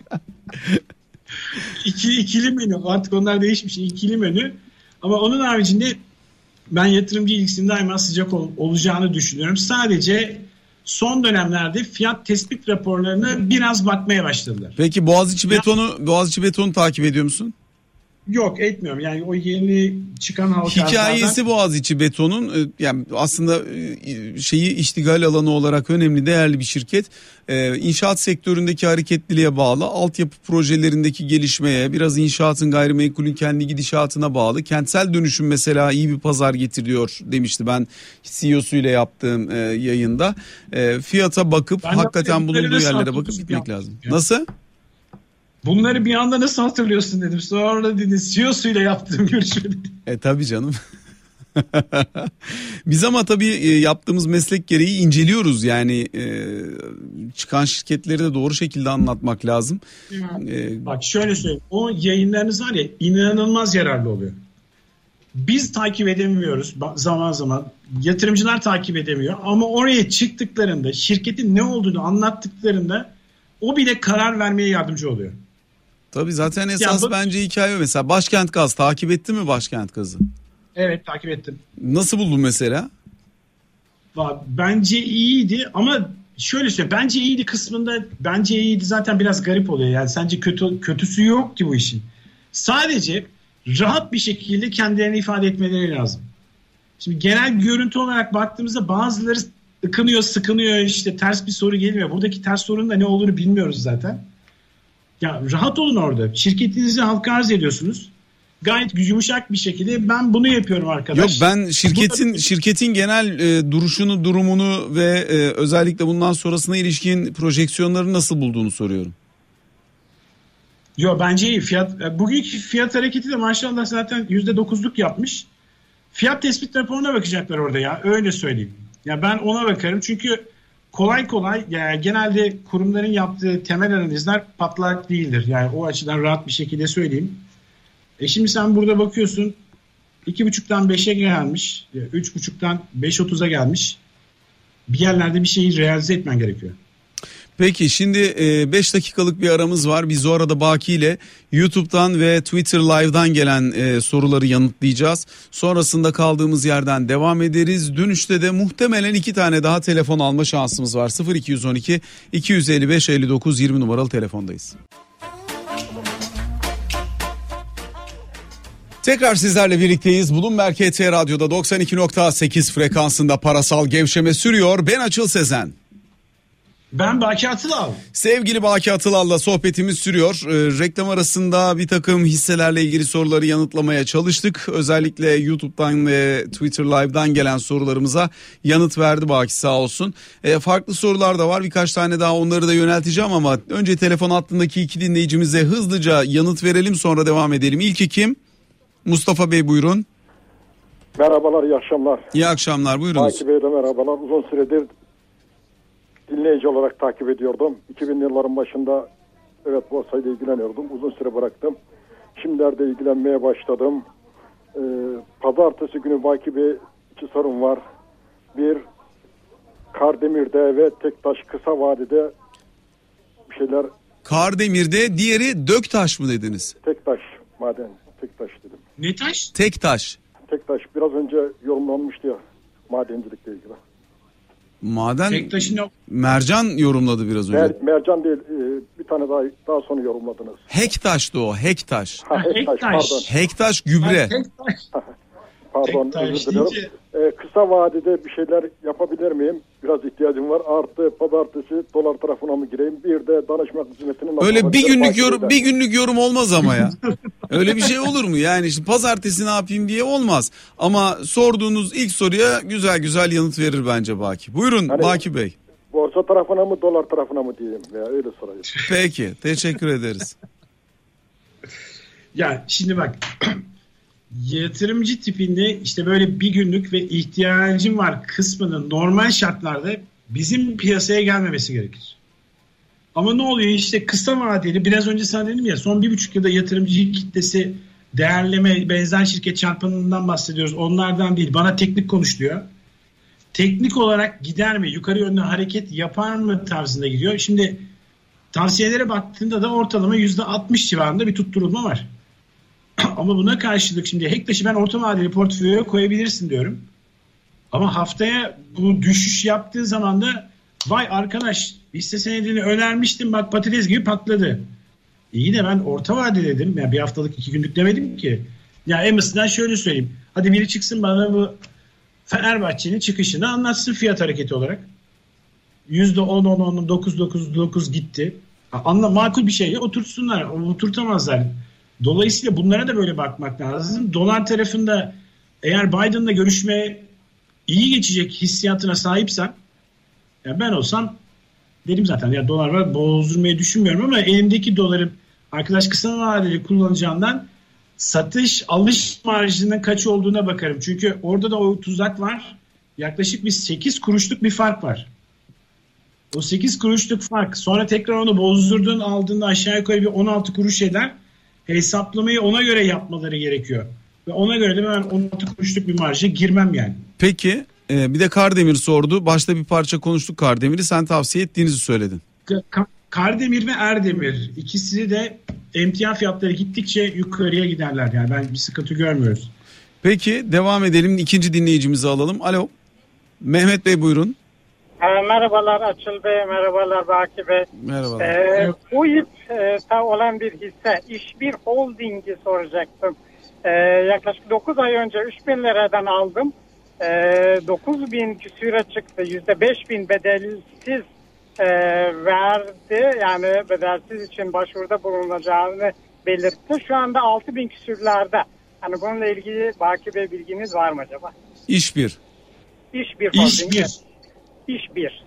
İki, ikili menü, artık onlar değişmiş, ikili menü. Ama onun haricinde ben yatırımcı ilgisinin daima sıcak ol, olacağını düşünüyorum. Sadece son dönemlerde fiyat tespit raporlarına biraz bakmaya başladılar. Peki Boğaziçi Betonu, Boğaziçi Betonu takip ediyor musun? Yok, etmiyorum. Yani o yeni çıkan halka hikayesi arzlardan... Boğaziçi Beton'un yani aslında şeyi iştigal alanı olarak önemli, değerli bir şirket. İnşaat sektöründeki hareketliliğe bağlı, altyapı projelerindeki gelişmeye, biraz inşaatın, gayrimenkulün kendi gidişatına bağlı. Kentsel dönüşüm mesela iyi bir pazar getiriyor demişti ben C E O'suyla yaptığım yayında. Fiyata bakıp ben hakikaten bulunduğu yerlere bakıp gitmek lazım. Yani. Nasıl? Bunları bir anda nasıl hatırlıyorsun dedim. Sonra dedi C E O'suyla yaptığım görüşmede. E tabii canım. Biz ama tabii yaptığımız meslek gereği inceliyoruz. Yani çıkan şirketleri de doğru şekilde anlatmak lazım. Ee, Bak şöyle söyleyeyim. O yayınlarınız var ya, inanılmaz yararlı oluyor. Biz takip edemiyoruz zaman zaman. Yatırımcılar takip edemiyor. Ama oraya çıktıklarında, şirketin ne olduğunu anlattıklarında o bile karar vermeye yardımcı oluyor. Tabii zaten esas ya, bence hikaye mesela. Başkent Gaz takip ettin mi Başkent Gaz'ı? Evet, takip ettim. Nasıl buldun mesela? Bence iyiydi ama şöyle söyleyeyim. Bence iyiydi kısmında, bence iyiydi zaten biraz garip oluyor. Yani sence kötü kötüsü yok ki bu işin. Sadece rahat bir şekilde kendilerini ifade etmeleri lazım. Şimdi genel görüntü olarak baktığımızda bazıları ıkınıyor, sıkınıyor, işte ters bir soru geliyor. Buradaki ters sorunun da ne olduğunu bilmiyoruz zaten. Ya rahat olun orada. Şirketinizi halka arz ediyorsunuz. Gayet yumuşak bir şekilde ben bunu yapıyorum arkadaş. Yok, ben şirketin da... şirketin genel e, duruşunu, durumunu ve e, özellikle bundan sonrasına ilişkin projeksiyonları nasıl bulduğunu soruyorum. Yok, bence iyi. Fiyat, bugünkü fiyat hareketi de maşallah zaten yüzde dokuzluk yapmış. Fiyat tespit raporuna bakacaklar orada ya. Öyle söyleyeyim. Ya ben ona bakarım çünkü kolay kolay yani genelde kurumların yaptığı temel analizler patlak değildir. Yani o açıdan rahat bir şekilde söyleyeyim. E şimdi sen burada bakıyorsun iki buçuktan beşe gelmiş, üç buçuktan beş otuza gelmiş. Bir yerlerde bir şeyi realize etmen gerekiyor. Peki şimdi beş dakikalık bir aramız var. Biz o arada Baki ile YouTube'dan ve Twitter Live'dan gelen e, soruları yanıtlayacağız. Sonrasında kaldığımız yerden devam ederiz. Dönüşte de muhtemelen iki tane daha telefon alma şansımız var. sıfır iki yüz on iki iki yüz elli beş elli dokuz yirmi numaralı telefondayız. Tekrar sizlerle birlikteyiz. Bloomberg H T Radyo'da doksan iki nokta sekiz frekansında parasal gevşeme sürüyor. Ben Açıl Sezen. Ben Baki Atılal. Sevgili Baki Atılal'la sohbetimiz sürüyor. Ee, reklam arasında bir takım hisselerle ilgili soruları yanıtlamaya çalıştık. Özellikle YouTube'dan ve Twitter Live'dan gelen sorularımıza yanıt verdi Baki, sağ olsun. Ee, farklı sorular da var. Birkaç tane daha, onları da yönelteceğim ama önce telefon hattındaki iki dinleyicimize hızlıca yanıt verelim, sonra devam edelim. İlki kim? Mustafa Bey, buyurun. Merhabalar, iyi akşamlar. İyi akşamlar, buyurunuz. Baki Bey'e de merhabalar. Uzun süredir dinleyici olarak takip ediyordum. iki bin yılların başında evet borsayla ilgileniyordum. Uzun süre bıraktım. Şimdilerde ilgilenmeye başladım. Ee, Pazartesi günü Baki Bey iki sorun var. Bir, Kardemir'de ve Tektaş kısa vadede bir şeyler. Kardemir'de, diğeri Döktaş mı dediniz? Tektaş maden. Tektaş dedim. Ne taş? Tektaş. Tektaş biraz önce yorumlanmıştı ya madencilikle ilgili. Maden Tektaş'ın yok. Mercan yorumladı biraz önce. Mer, mercan değil, bir tane daha daha sonra yorumladınız. Hektaş'tı o, Hektaş. Ha, Hektaş, pardon. Hektaş gübre. Ha, Tektaş. Pardon, Tektaş özür dilerim. deyince... Ee, kısa vadede bir şeyler yapabilir miyim? Biraz ihtiyacım var. Artı pazartesi dolar tarafına mı gireyim? Bir de danışmak hizmetini... Öyle bir günlük yorum, bir günlük yorum olmaz ama ya. Öyle bir şey olur mu? Yani işte pazartesi ne yapayım diye olmaz. Ama sorduğunuz ilk soruya güzel güzel yanıt verir bence Baki. Buyurun hani, Baki Bey. Borsa tarafına mı dolar tarafına mı diyeyim veya öyle sorayım. Peki, teşekkür ederiz. Ya şimdi bak yatırımcı tipinde işte böyle bir günlük ve ihtiyacım var kısmının normal şartlarda bizim piyasaya gelmemesi gerekir. Ama ne oluyor işte kısa vadeli biraz önce sana dedim ya son bir buçuk yılda yatırımcı kitlesi değerleme benzer şirket çarpanından bahsediyoruz. Onlardan değil bana teknik konuş diyor. Teknik olarak gider mi yukarı yönlü hareket yapar mı tarzında gidiyor. Şimdi tavsiyelere baktığında da ortalama yüzde altmış civarında bir tutturulma var. Ama buna karşılık şimdi Hektaş'ı ben orta vadeli portföye koyabilirsin diyorum. Ama haftaya bu düşüş yaptığı zaman da vay arkadaş hisse senedini önermiştim bak patates gibi patladı. İyi de ben orta vade dedim. Yani bir haftalık iki günlük demedim ki. Ya en basitinden şöyle söyleyeyim. Hadi biri çıksın bana bu Fenerbahçe'nin çıkışını anlatsın fiyat hareketi olarak. yüzde on on on dokuz dokuz dokuz gitti. Anla, makul bir şeyle oturtsunlar. Oturtamazlar. Dolayısıyla bunlara da böyle bakmak lazım. Dolar tarafında eğer Biden'la görüşme iyi geçecek hissiyatına sahipsen ya ben olsam dedim zaten ya dolar var bozdurmayı düşünmüyorum ama elimdeki doları arkadaş kısa vadeli kullanacağından satış alış marjının kaç olduğuna bakarım. Çünkü orada da o tuzak var. Yaklaşık bir sekiz kuruşluk bir fark var. O sekiz kuruşluk fark sonra tekrar onu bozdurduğun aldığında aşağı yukarı bir on altı kuruş eder. Hesaplamayı ona göre yapmaları gerekiyor. Ve ona göre de ben on altı kuruşluk bir marja girmem yani. Peki e, bir de Kardemir sordu. Başta bir parça konuştuk Kardemir'i. Sen tavsiye ettiğinizi söyledin. Ka- Kardemir ve Erdemir ikisi de emtia fiyatları gittikçe yukarıya giderler. Yani ben bir sıkıntı görmüyoruz. Peki devam edelim. İkinci dinleyicimizi alalım. Alo. Mehmet Bey buyurun. E, merhabalar Açıl Bey, merhabalar Baki Bey. Merhabalar. E, bu yıl e, olan bir hisse İşbir Holding'i soracaktım. E, yaklaşık dokuz ay önce üç bin liradan aldım. E, dokuz bin küsüre çıktı. yüzde beş bin bedelsiz e, verdi. Yani bedelsiz için başvuruda bulunacağını belirtti. Şu anda altı bin küsürlerde. Hani bununla ilgili Baki Bey bilginiz var mı acaba? İşbir. İşbir Holding. İşbir. İşbir.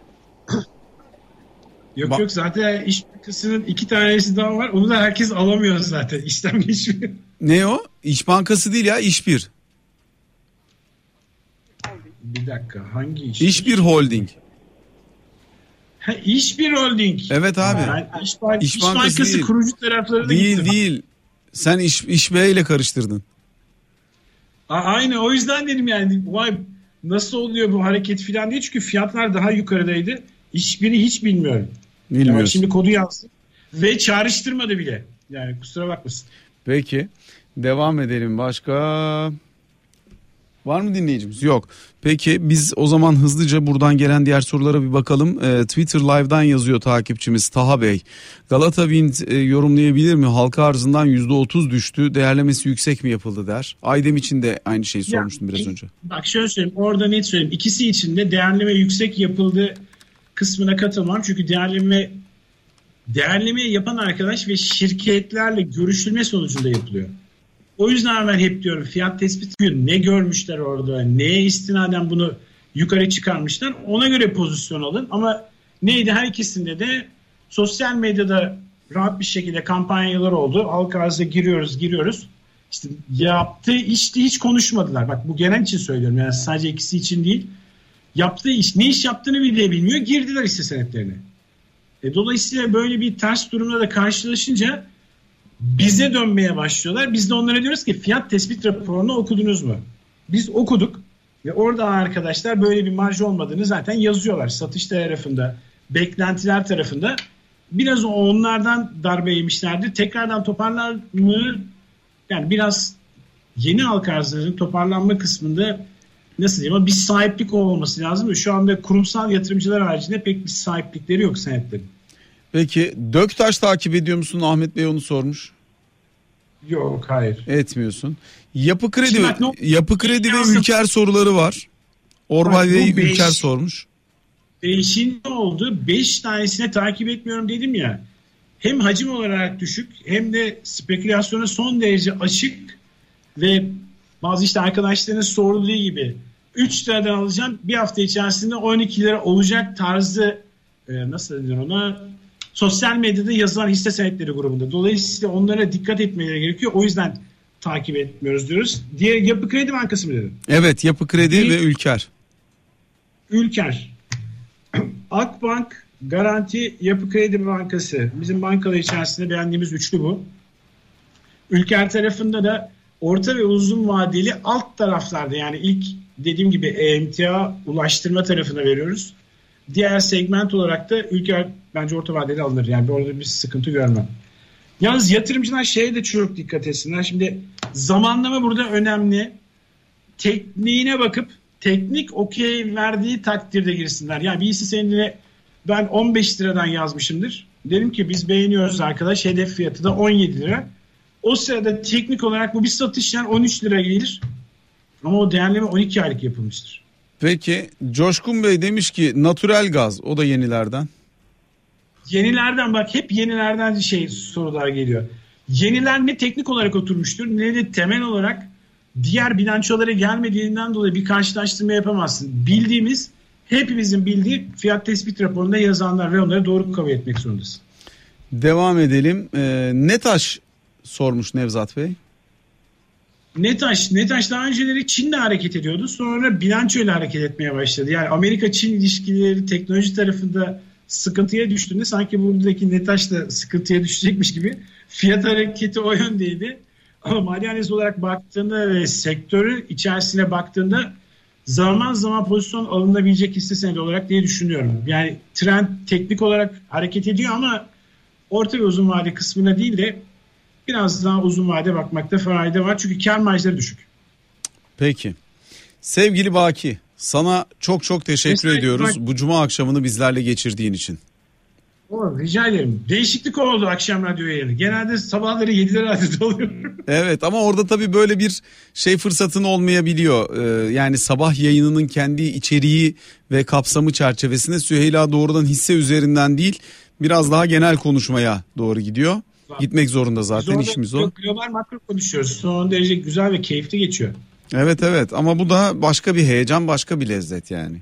Yok Ba- yok zaten İş Bankası'nın iki tanesi daha var. Onu da herkes alamıyor zaten. İşlem geçmiyor. Ne o? İş Bankası değil ya İşbir. Bir dakika hangi iş? İşbir Holding. Ha, İşbir Holding. Evet abi. Yani İş, Bank- İş İş Bankası Bankası değil. kurucu tarafları da Değil gitti. değil. Sen İş, İşbey ile karıştırdın. A- Aynı o yüzden dedim yani vay nasıl oluyor bu hareket filan diye çünkü fiyatlar daha yukarıdaydı. İşbiri hiç bilmiyorum. Yani Bilmiyoruz. şimdi kodu yazsın ve çağrıştırmadı bile. Yani kusura bakmasın. Peki. Devam edelim. Başka var mı dinleyicimiz? Yok. Peki biz o zaman hızlıca buradan gelen diğer sorulara bir bakalım. Ee, Twitter Live'dan yazıyor takipçimiz Taha Bey. Galata Wind e, yorumlayabilir mi? Halka arzından yüzde otuz düştü. Değerlemesi yüksek mi yapıldı der. Aydem için de aynı şeyi sormuştum Ya, biraz önce. Bak şöyle söyleyeyim. Orada net söyleyeyim. İkisi için de değerleme yüksek yapıldı kısmına katılmam. Çünkü değerleme değerlemeyi yapan arkadaş ve şirketlerle görüşülme sonucunda yapılıyor. O yüzden ben hep diyorum fiyat tespiti ne görmüşler orada, neye istinaden bunu yukarı çıkarmışlar ona göre pozisyon alın. Ama neydi her ikisinde de sosyal medyada rahat bir şekilde kampanyalar oldu. Halka arzda giriyoruz giriyoruz. İşte yaptığı işte hiç konuşmadılar. Bak bu genel için söylüyorum yani sadece ikisi için değil. Yaptığı iş ne iş yaptığını bile bilmiyor girdiler hisse senetlerine. E, dolayısıyla böyle bir ters durumla da karşılaşınca bize dönmeye başlıyorlar. Biz de onlara diyoruz ki fiyat tespit raporunu okudunuz mu? Biz okuduk ve orada arkadaşlar böyle bir marj olmadığını zaten yazıyorlar. Satış tarafında, beklentiler tarafında. Biraz onlardan darbe yemişlerdi. Tekrardan toparlar mı? Yani biraz yeni halka arzların toparlanma kısmında nasıl diyeyim ama bir sahiplik olması lazım. Şu anda kurumsal yatırımcılar haricinde pek bir sahiplikleri yok senetlerin. Peki Döktaş takip ediyor musun? Ahmet Bey onu sormuş. Yok hayır. Etmiyorsun. Yapı Kredi, Şimdi bak, no- Yapı Kredi ve Yansın. Ülker soruları var. Orbay Bak, bu Bey beş- Ülker sormuş. Beşin ne oldu? Beş tanesine takip etmiyorum dedim ya. Hem hacim olarak düşük hem de spekülasyona son derece açık ve bazı işte arkadaşların sorduğu gibi üç liradan alacağım bir hafta içerisinde on iki lira olacak tarzı e, nasıl denir ona, sosyal medyada yazılan hisse senetleri grubunda. Dolayısıyla onlara dikkat etmeleri gerekiyor. O yüzden takip etmiyoruz diyoruz. Diğer Yapı Kredi Bankası mı dedin? Evet, Yapı Kredi Bir, ve Ülker. Ülker. Akbank, Garanti, Yapı Kredi Bankası. Bizim bankalar içerisinde beğendiğimiz üçlü bu. Ülker tarafında da orta ve uzun vadeli alt taraflarda, yani ilk dediğim gibi emtia ulaştırma tarafına veriyoruz. Diğer segment olarak da Ülker bence orta vadeli alınır. Yani orada bir sıkıntı görmem. Yalnız yatırımcılar şeye de çok dikkat etsinler. Şimdi zamanlama burada önemli. Tekniğine bakıp teknik okey verdiği takdirde girsinler. Yani bir hisse senedine ben on beş liradan yazmışımdır. Dedim ki biz beğeniyoruz arkadaş. Hedef fiyatı da on yedi lira. O sırada teknik olarak bu bir satış, yani on üç lira gelir. Ama o değerleme on iki aylık yapılmıştır. Peki Coşkun Bey demiş ki natürel gaz, o da yenilerden. Yenilerden bak, hep yenilerden şey sorular geliyor. Yeniler ne teknik olarak oturmuştur ne de temel olarak diğer bilançolara gelmediğinden dolayı bir karşılaştırma yapamazsın. Bildiğimiz, hepimizin bildiği fiyat tespit raporunda yazanlar ve onları doğru kabul etmek zorundasın. Devam edelim. Ee, Netaş sormuş Nevzat Bey. Netaş, Netaş daha önceleri Çin'le hareket ediyordu. Sonra bilançoyla hareket etmeye başladı. Yani Amerika-Çin ilişkileri teknoloji tarafında sıkıntıya düştüğünde sanki buradaki Netaş da sıkıntıya düşecekmiş gibi fiyat hareketi o yöndeydi. Ama mali analiz olarak baktığında ve sektörün içerisine baktığında zaman zaman pozisyon alınabilecek hisse senedi olarak diye düşünüyorum. Yani trend teknik olarak hareket ediyor ama orta ve uzun vade kısmına değil de biraz daha uzun vade bakmakta fayda var. Çünkü kar marjları düşük. Peki. Sevgili Baki, sana çok çok teşekkür Teşekkür ediyoruz Bak- bu cuma akşamını bizlerle geçirdiğin için. O, rica ederim. Değişiklik oldu akşam radyo yayını. Genelde sabahları yedide radyoda oluyorum. Evet, ama orada tabii böyle bir şey fırsatın olmayabiliyor. Ee, yani sabah yayınının kendi içeriği ve kapsamı çerçevesinde Süheyla doğrudan hisse üzerinden değil, biraz daha genel konuşmaya doğru gidiyor. Gitmek zorunda zaten, Biz işimiz orada o. global makro konuşuyoruz. Son derece güzel ve keyifli geçiyor. Evet evet, ama bu da başka bir heyecan, başka bir lezzet yani.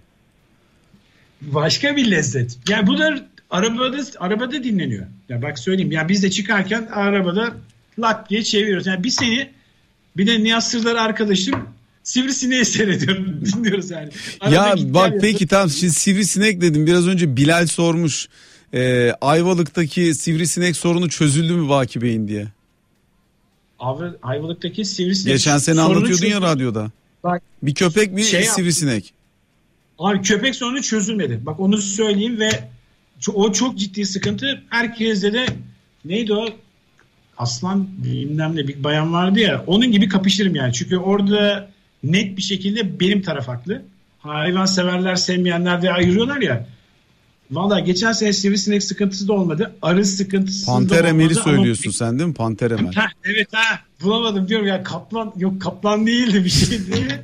Başka bir lezzet. Yani bu da arabada arabada dinleniyor. Ya bak söyleyeyim. Ya biz de çıkarken arabada lak diye çeviriyoruz. Yani bir seni, bir de Nihat Sırdar arkadaşım Sivrisineği seyrediyorum. Dinliyoruz yani. Arada Ya git bak gel peki tamam, şimdi sivrisinek dedim. Biraz önce Bilal sormuş. Ee, Ayvalık'taki sivrisinek sorunu çözüldü mü Baki Bey'in diye. Abi, Ayvalık'taki sivrisinek. Geçen sene sorunu anlatıyordun çöz- ya radyoda. Bak, Bir köpek bir Şey sivrisinek. abi köpek sorunu çözülmedi. Bak onu söyleyeyim ve ço- o çok ciddi sıkıntı. Herkeste de neydi o? Aslan bilmem ne bir bayan vardı ya. Onun gibi kapışırım yani. Çünkü orada net bir şekilde benim taraf haklı. Hayvan severler sevmeyenler de ayırıyorlar ya. Valla geçen sene sivrisinek sıkıntısı da olmadı. Arı sıkıntısı da olmadı. Panter Emel'i ama- söylüyorsun sen değil mi? Panter Emel. Ha, evet ha bulamadım diyorum ya, kaplan yok, kaplan değildi bir şeydi.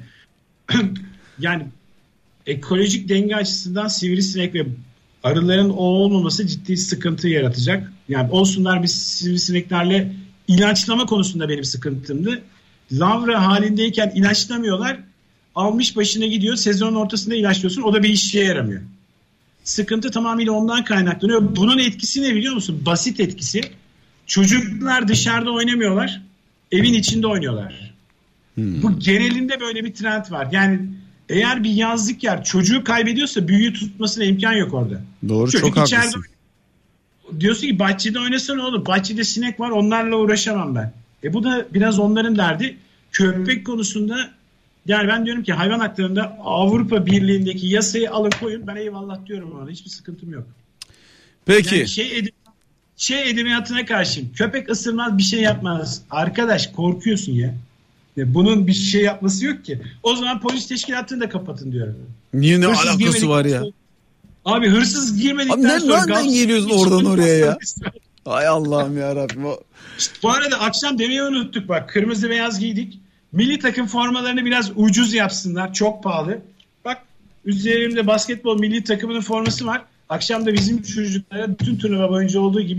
Yani ekolojik denge açısından sivrisinek ve arıların o olmaması ciddi sıkıntı yaratacak. Yani olsunlar, biz sivrisineklerle ilaçlama konusunda benim sıkıntımdı. Lavra halindeyken ilaçlamıyorlar. Almış başına gidiyor. Sezonun ortasında ilaçlıyorsun. O da bir işe yaramıyor. Sıkıntı tamamıyla ondan kaynaklanıyor. Bunun etkisi ne biliyor musun? Basit etkisi. Çocuklar dışarıda oynamıyorlar. Evin içinde oynuyorlar. Hmm. Bu genelinde böyle bir trend var. Yani eğer bir yazlık yer çocuğu kaybediyorsa büyüğü tutmasına imkan yok orada. Doğru, Çocuk çok içeride haklısın. diyorsun ki bahçede oynasana oğlum. Bahçede sinek var, onlarla uğraşamam ben. E bu da biraz onların derdi. Köpek konusunda yani ben diyorum ki hayvan haklarında Avrupa Birliği'ndeki yasayı alın koyun. Ben eyvallah diyorum ona. Hiçbir sıkıntım yok. Peki. Yani şey, edeb- şey edebiyatına karşıyım. Köpek ısırmaz, bir şey yapmaz. Arkadaş korkuyorsun ya. Ya bunun bir şey yapması yok ki. O zaman polis teşkilatını da kapatın diyorum. Niye, ne Hırsız alakası girmedikten var ya? sonra- Abi hırsız girmedikten Abi ne- sonra... nereden gaz- geliyorsun oradan oraya ya? Ay Allah'ım yarabbim. O- İşte bu arada akşam demeyi unuttuk bak. Kırmızı beyaz giydik. Milli takım formalarını biraz ucuz yapsınlar. Çok pahalı. Bak üzerimde basketbol milli takımının forması var. Akşam da bizim çocuklara bütün turnuva boyunca olduğu gibi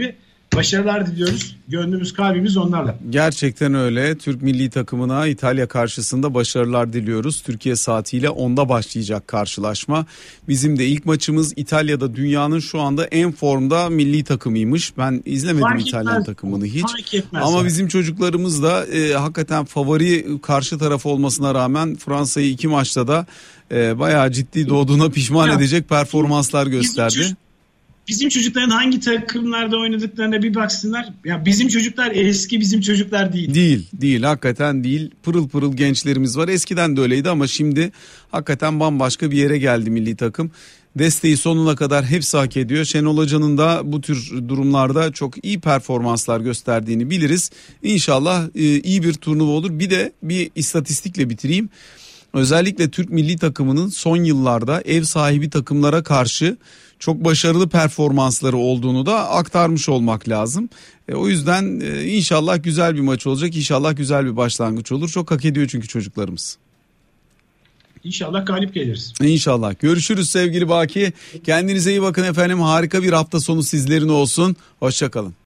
Başarılar diliyoruz. Gönlümüz kalbimiz onlarla. Gerçekten öyle. Türk milli takımına İtalya karşısında başarılar diliyoruz. Türkiye saatiyle onda başlayacak karşılaşma. Bizim de ilk maçımız İtalya'da dünyanın şu anda en formda milli takımıymış. Ben izlemedim Fark İtalyan etmez. takımını hiç. Fark etmez Ama yani. bizim çocuklarımız da e, hakikaten favori karşı taraf olmasına rağmen Fransa'yı iki maçta da e, bayağı ciddi doğduğuna pişman Ya, edecek performanslar gösterdi. Bizim, çocuk, bizim çocukların hangi takımlarda oynadıklarına bir baksınlar. Ya bizim çocuklar eski bizim çocuklar değil. Değil, değil. Hakikaten değil. Pırıl pırıl gençlerimiz var. Eskiden de öyleydi ama şimdi hakikaten bambaşka bir yere geldi milli takım. Desteği sonuna kadar hepsi hak ediyor. Şenol Hoca'nın da bu tür durumlarda çok iyi performanslar gösterdiğini biliriz. İnşallah e, iyi bir turnuva olur. Bir de bir istatistikle bitireyim. Özellikle Türk milli takımının son yıllarda ev sahibi takımlara karşı çok başarılı performansları olduğunu da aktarmış olmak lazım. E, o yüzden e, inşallah güzel bir maç olacak. İnşallah güzel bir başlangıç olur. Çok hak ediyor çünkü çocuklarımız. İnşallah galip geliriz. İnşallah. Görüşürüz sevgili Baki. Kendinize iyi bakın efendim. Harika bir hafta sonu sizlerin olsun. Hoşça kalın.